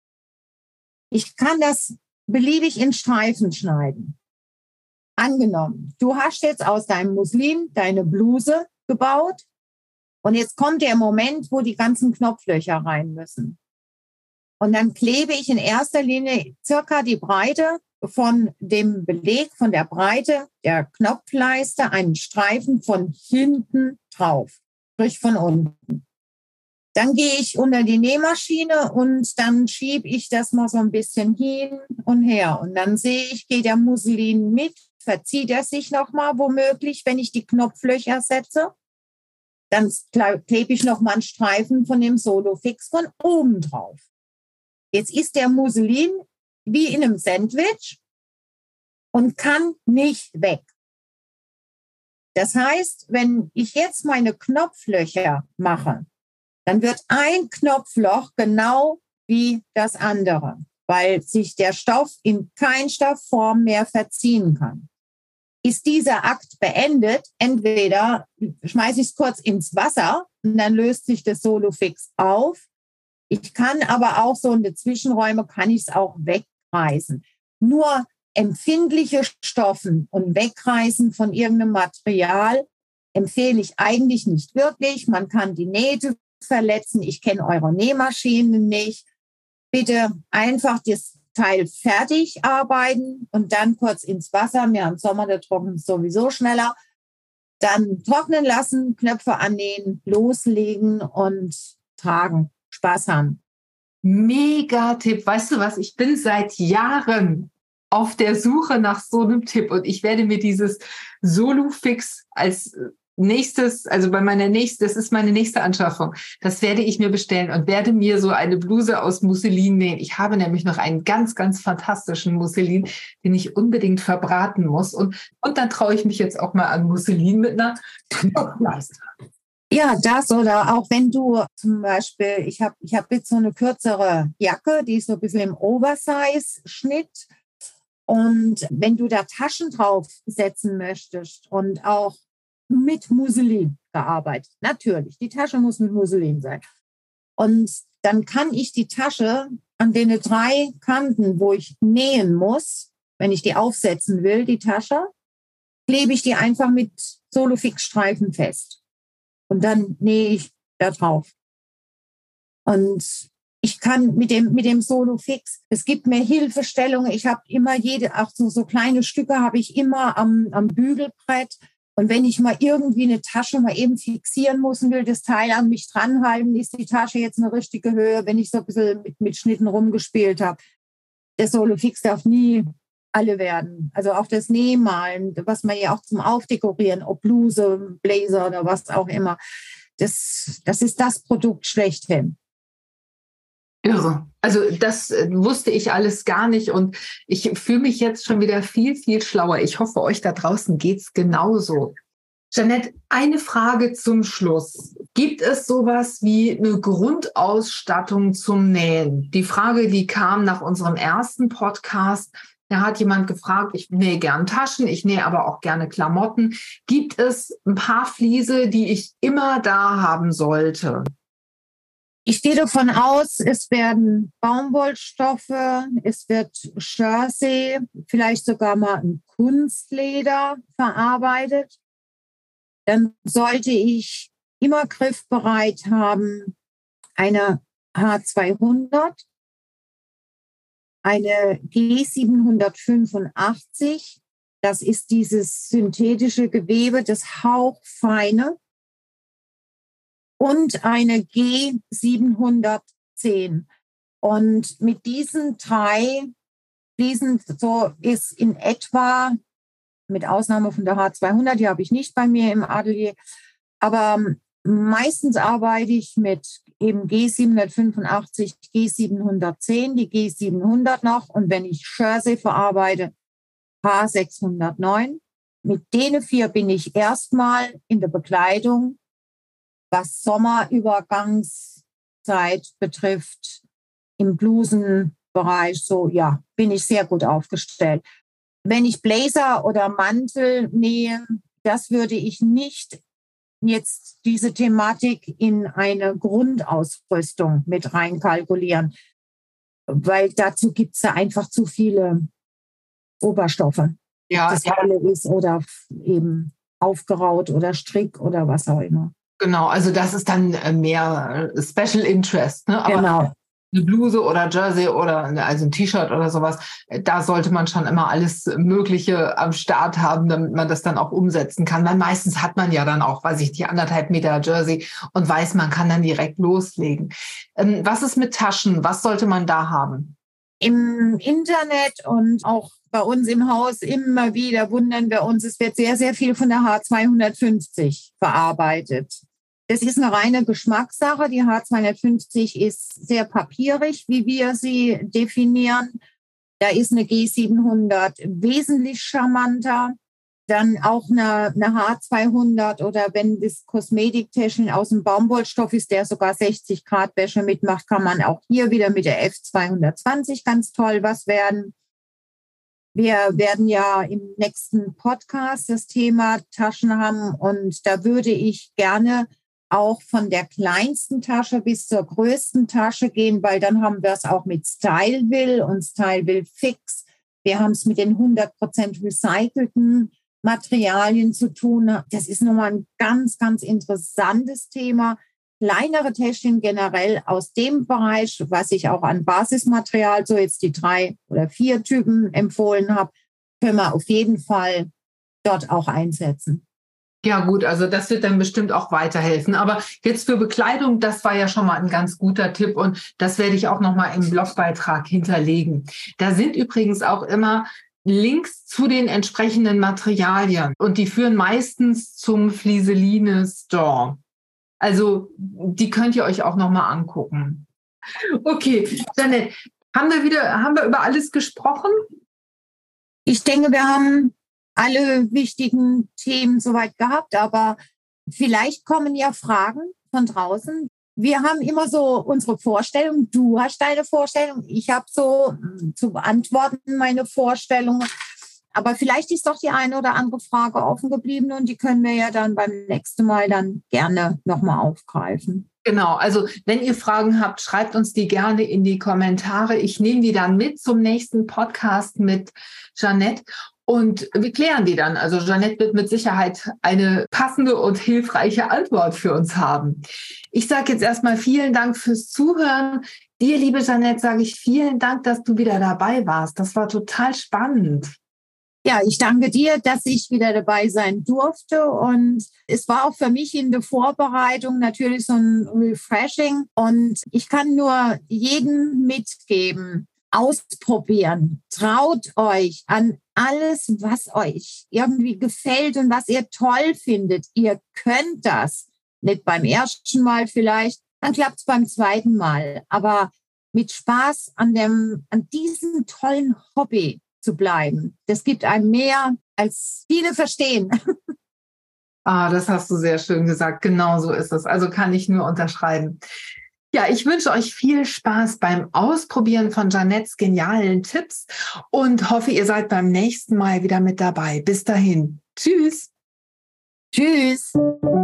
Ich kann das beliebig in Streifen schneiden. Angenommen, du hast jetzt aus deinem Muslin deine Bluse gebaut und jetzt kommt der Moment, wo die ganzen Knopflöcher rein müssen. Und dann klebe ich in erster Linie circa die Breite von dem Beleg, von der Breite der Knopfleiste, einen Streifen von hinten drauf, sprich von unten. Dann gehe ich unter die Nähmaschine und dann schiebe ich das mal so ein bisschen hin und her. Und dann sehe ich, geht der Muslin mit, verzieht er sich nochmal womöglich, wenn ich die Knopflöcher setze. Dann klebe ich nochmal einen Streifen von dem Solofix von oben drauf. Jetzt ist der Muslin wie in einem Sandwich und kann nicht weg. Das heißt, wenn ich jetzt meine Knopflöcher mache, dann wird ein Knopfloch genau wie das andere, weil sich der Stoff in keinster Form mehr verziehen kann. Ist dieser Akt beendet, entweder schmeiße ich es kurz ins Wasser und dann löst sich das Solofix auf. Ich kann aber auch so in den Zwischenräumen, kann ich es auch wegreißen. Nur empfindliche Stoffen und Wegreißen von irgendeinem Material empfehle ich eigentlich nicht wirklich. Man kann die Nähte verletzen. Ich kenne eure Nähmaschinen nicht. Bitte einfach das Teil fertig arbeiten und dann kurz ins Wasser. Wir haben Sommer, der trocknet sowieso schneller. Dann trocknen lassen, Knöpfe annähen, loslegen und tragen. Spaß haben. Mega Tipp. Weißt du was? Ich bin seit Jahren auf der Suche nach so einem Tipp und ich werde mir dieses Solofix als nächstes, also bei meiner nächsten, das ist meine nächste Anschaffung, das werde ich mir bestellen und werde mir so eine Bluse aus Musselin nähen. Ich habe nämlich noch einen ganz, ganz fantastischen Musselin, den ich unbedingt verbraten muss und, und dann traue ich mich jetzt auch mal an Musselin mit einer Knopfleiste. Ja, das oder auch wenn du zum Beispiel, ich habe ich hab jetzt so eine kürzere Jacke, die ist so ein bisschen im Oversize-Schnitt. Und wenn du da Taschen draufsetzen möchtest und auch mit Musselin gearbeitet, natürlich, die Tasche muss mit Musselin sein. Und dann kann ich die Tasche an den drei Kanten, wo ich nähen muss, wenn ich die aufsetzen will, die Tasche, klebe ich die einfach mit Solofix-Streifen fest. Und dann nähe ich da drauf. Und ich kann mit dem, mit dem Solofix, es gibt mir Hilfestellungen. Ich habe immer jede, auch so, so kleine Stücke habe ich immer am, am Bügelbrett. Und wenn ich mal irgendwie eine Tasche mal eben fixieren muss und will das Teil an mich dranhalten, ist die Tasche jetzt eine richtige Höhe, wenn ich so ein bisschen mit, mit Schnitten rumgespielt habe. Der Solofix darf nie alle werden. Also auch das Nähmalen, was man ja auch zum Aufdekorieren, ob Bluse, Blazer oder was auch immer, das, das ist das Produkt schlechthin. Irre. Also das wusste ich alles gar nicht und ich fühle mich jetzt schon wieder viel, viel schlauer. Ich hoffe, euch da draußen geht's genauso. Jeanette, eine Frage zum Schluss. Gibt es sowas wie eine Grundausstattung zum Nähen? Die Frage, die kam nach unserem ersten Podcast. Da hat jemand gefragt, ich nähe gern Taschen, ich nähe aber auch gerne Klamotten. Gibt es ein paar Fliese, die ich immer da haben sollte? Ich gehe davon aus, es werden Baumwollstoffe, es wird Jersey, vielleicht sogar mal ein Kunstleder verarbeitet. Dann sollte ich immer griffbereit haben eine H zweihundert. eine G siebenhundertfünfundachtzig. Das ist dieses synthetische Gewebe, das hauchfeine. Und eine G siebenhundertzehn. Und mit diesen drei Fliesen, so ist in etwa, mit Ausnahme von der H zweihundert, die habe ich nicht bei mir im Atelier, aber meistens arbeite ich mit eben G siebenhundertfünfundachtzig, G siebenhundertzehn, die G siebenhundert noch, und wenn ich Jersey verarbeite, H sechshundertneun. Mit denen vier bin ich erstmal in der Bekleidung, was Sommerübergangszeit betrifft, im Blusenbereich, so, ja, bin ich sehr gut aufgestellt. Wenn ich Blazer oder Mantel nähe, das würde ich nicht jetzt diese Thematik in eine Grundausrüstung mit reinkalkulieren, weil dazu gibt es ja einfach zu viele Oberstoffe. Ja, das ja. Wolle ist oder eben aufgeraut oder Strick oder was auch immer. Genau, also das ist dann mehr Special Interest, ne? Aber genau. Eine Bluse oder Jersey oder also ein T-Shirt oder sowas, da sollte man schon immer alles Mögliche am Start haben, damit man das dann auch umsetzen kann. Weil meistens hat man ja dann auch, weiß ich, die anderthalb Meter Jersey und weiß, man kann dann direkt loslegen. Ähm, was ist mit Taschen? Was sollte man da haben? Im Internet und auch bei uns im Haus immer wieder wundern wir uns, es wird sehr, sehr viel von der H zweihundertfünfzig verarbeitet. Das ist eine reine Geschmackssache. Die H zweihundertfünfzig ist sehr papierig, wie wir sie definieren. Da ist eine G siebenhundert wesentlich charmanter. Dann auch eine, eine H zweihundert oder wenn das Kosmetiktäschchen aus dem Baumwollstoff ist, der sogar sechzig Grad Wäsche mitmacht, kann man auch hier wieder mit der F zweihundertzwanzig ganz toll was werden. Wir werden ja im nächsten Podcast das Thema Taschen haben und da würde ich gerne auch von der kleinsten Tasche bis zur größten Tasche gehen, weil dann haben wir es auch mit Styleville und Styleville Fix. Wir haben es mit den hundert Prozent recycelten Materialien zu tun. Das ist nochmal ein ganz, ganz interessantes Thema. Kleinere Täschchen generell aus dem Bereich, was ich auch an Basismaterial, so jetzt die drei oder vier Typen empfohlen habe, können wir auf jeden Fall dort auch einsetzen. Ja gut, also das wird dann bestimmt auch weiterhelfen. Aber jetzt für Bekleidung, das war ja schon mal ein ganz guter Tipp und das werde ich auch noch mal im Blogbeitrag hinterlegen. Da sind übrigens auch immer Links zu den entsprechenden Materialien und die führen meistens zum Flieseline Store. Also die könnt ihr euch auch noch mal angucken. Okay, Jeanette, haben wir wieder, haben wir über alles gesprochen? Ich denke, wir haben alle wichtigen Themen soweit gehabt, aber vielleicht kommen ja Fragen von draußen. Wir haben immer so unsere Vorstellung. Du hast deine Vorstellung. Ich habe so zu beantworten meine Vorstellung. Aber vielleicht ist doch die eine oder andere Frage offen geblieben und die können wir ja dann beim nächsten Mal dann gerne nochmal aufgreifen. Genau, also wenn ihr Fragen habt, schreibt uns die gerne in die Kommentare. Ich nehme die dann mit zum nächsten Podcast mit Jeanette. Und wir klären die dann. Also Jeanette wird mit Sicherheit eine passende und hilfreiche Antwort für uns haben. Ich sage jetzt erstmal vielen Dank fürs Zuhören. Dir, liebe Jeanette, sage ich vielen Dank, dass du wieder dabei warst. Das war total spannend. Ja, ich danke dir, dass ich wieder dabei sein durfte. Und es war auch für mich in der Vorbereitung natürlich so ein Refreshing. Und ich kann nur jedem mitgeben, ausprobieren. Traut euch an alles, was euch irgendwie gefällt und was ihr toll findet. Ihr könnt das. Nicht beim ersten Mal vielleicht, dann klappt es beim zweiten Mal. Aber mit Spaß an dem, an diesem tollen Hobby zu bleiben. Das gibt einem mehr, als viele verstehen. Ah, das hast du sehr schön gesagt. Genau so ist es. Also kann ich nur unterschreiben. Ja, ich wünsche euch viel Spaß beim Ausprobieren von Jeanettes genialen Tipps und hoffe, ihr seid beim nächsten Mal wieder mit dabei. Bis dahin. Tschüss. Tschüss.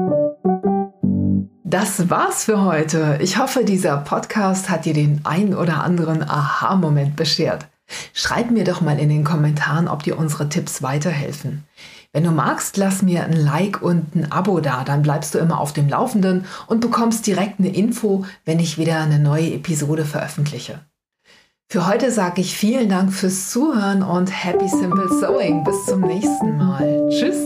Das war's für heute. Ich hoffe, dieser Podcast hat dir den ein oder anderen Aha-Moment beschert. Schreib mir doch mal in den Kommentaren, ob dir unsere Tipps weiterhelfen. Wenn du magst, lass mir ein Like und ein Abo da, dann bleibst du immer auf dem Laufenden und bekommst direkt eine Info, wenn ich wieder eine neue Episode veröffentliche. Für heute sage ich vielen Dank fürs Zuhören und Happy Simple Sewing. Bis zum nächsten Mal. Tschüss.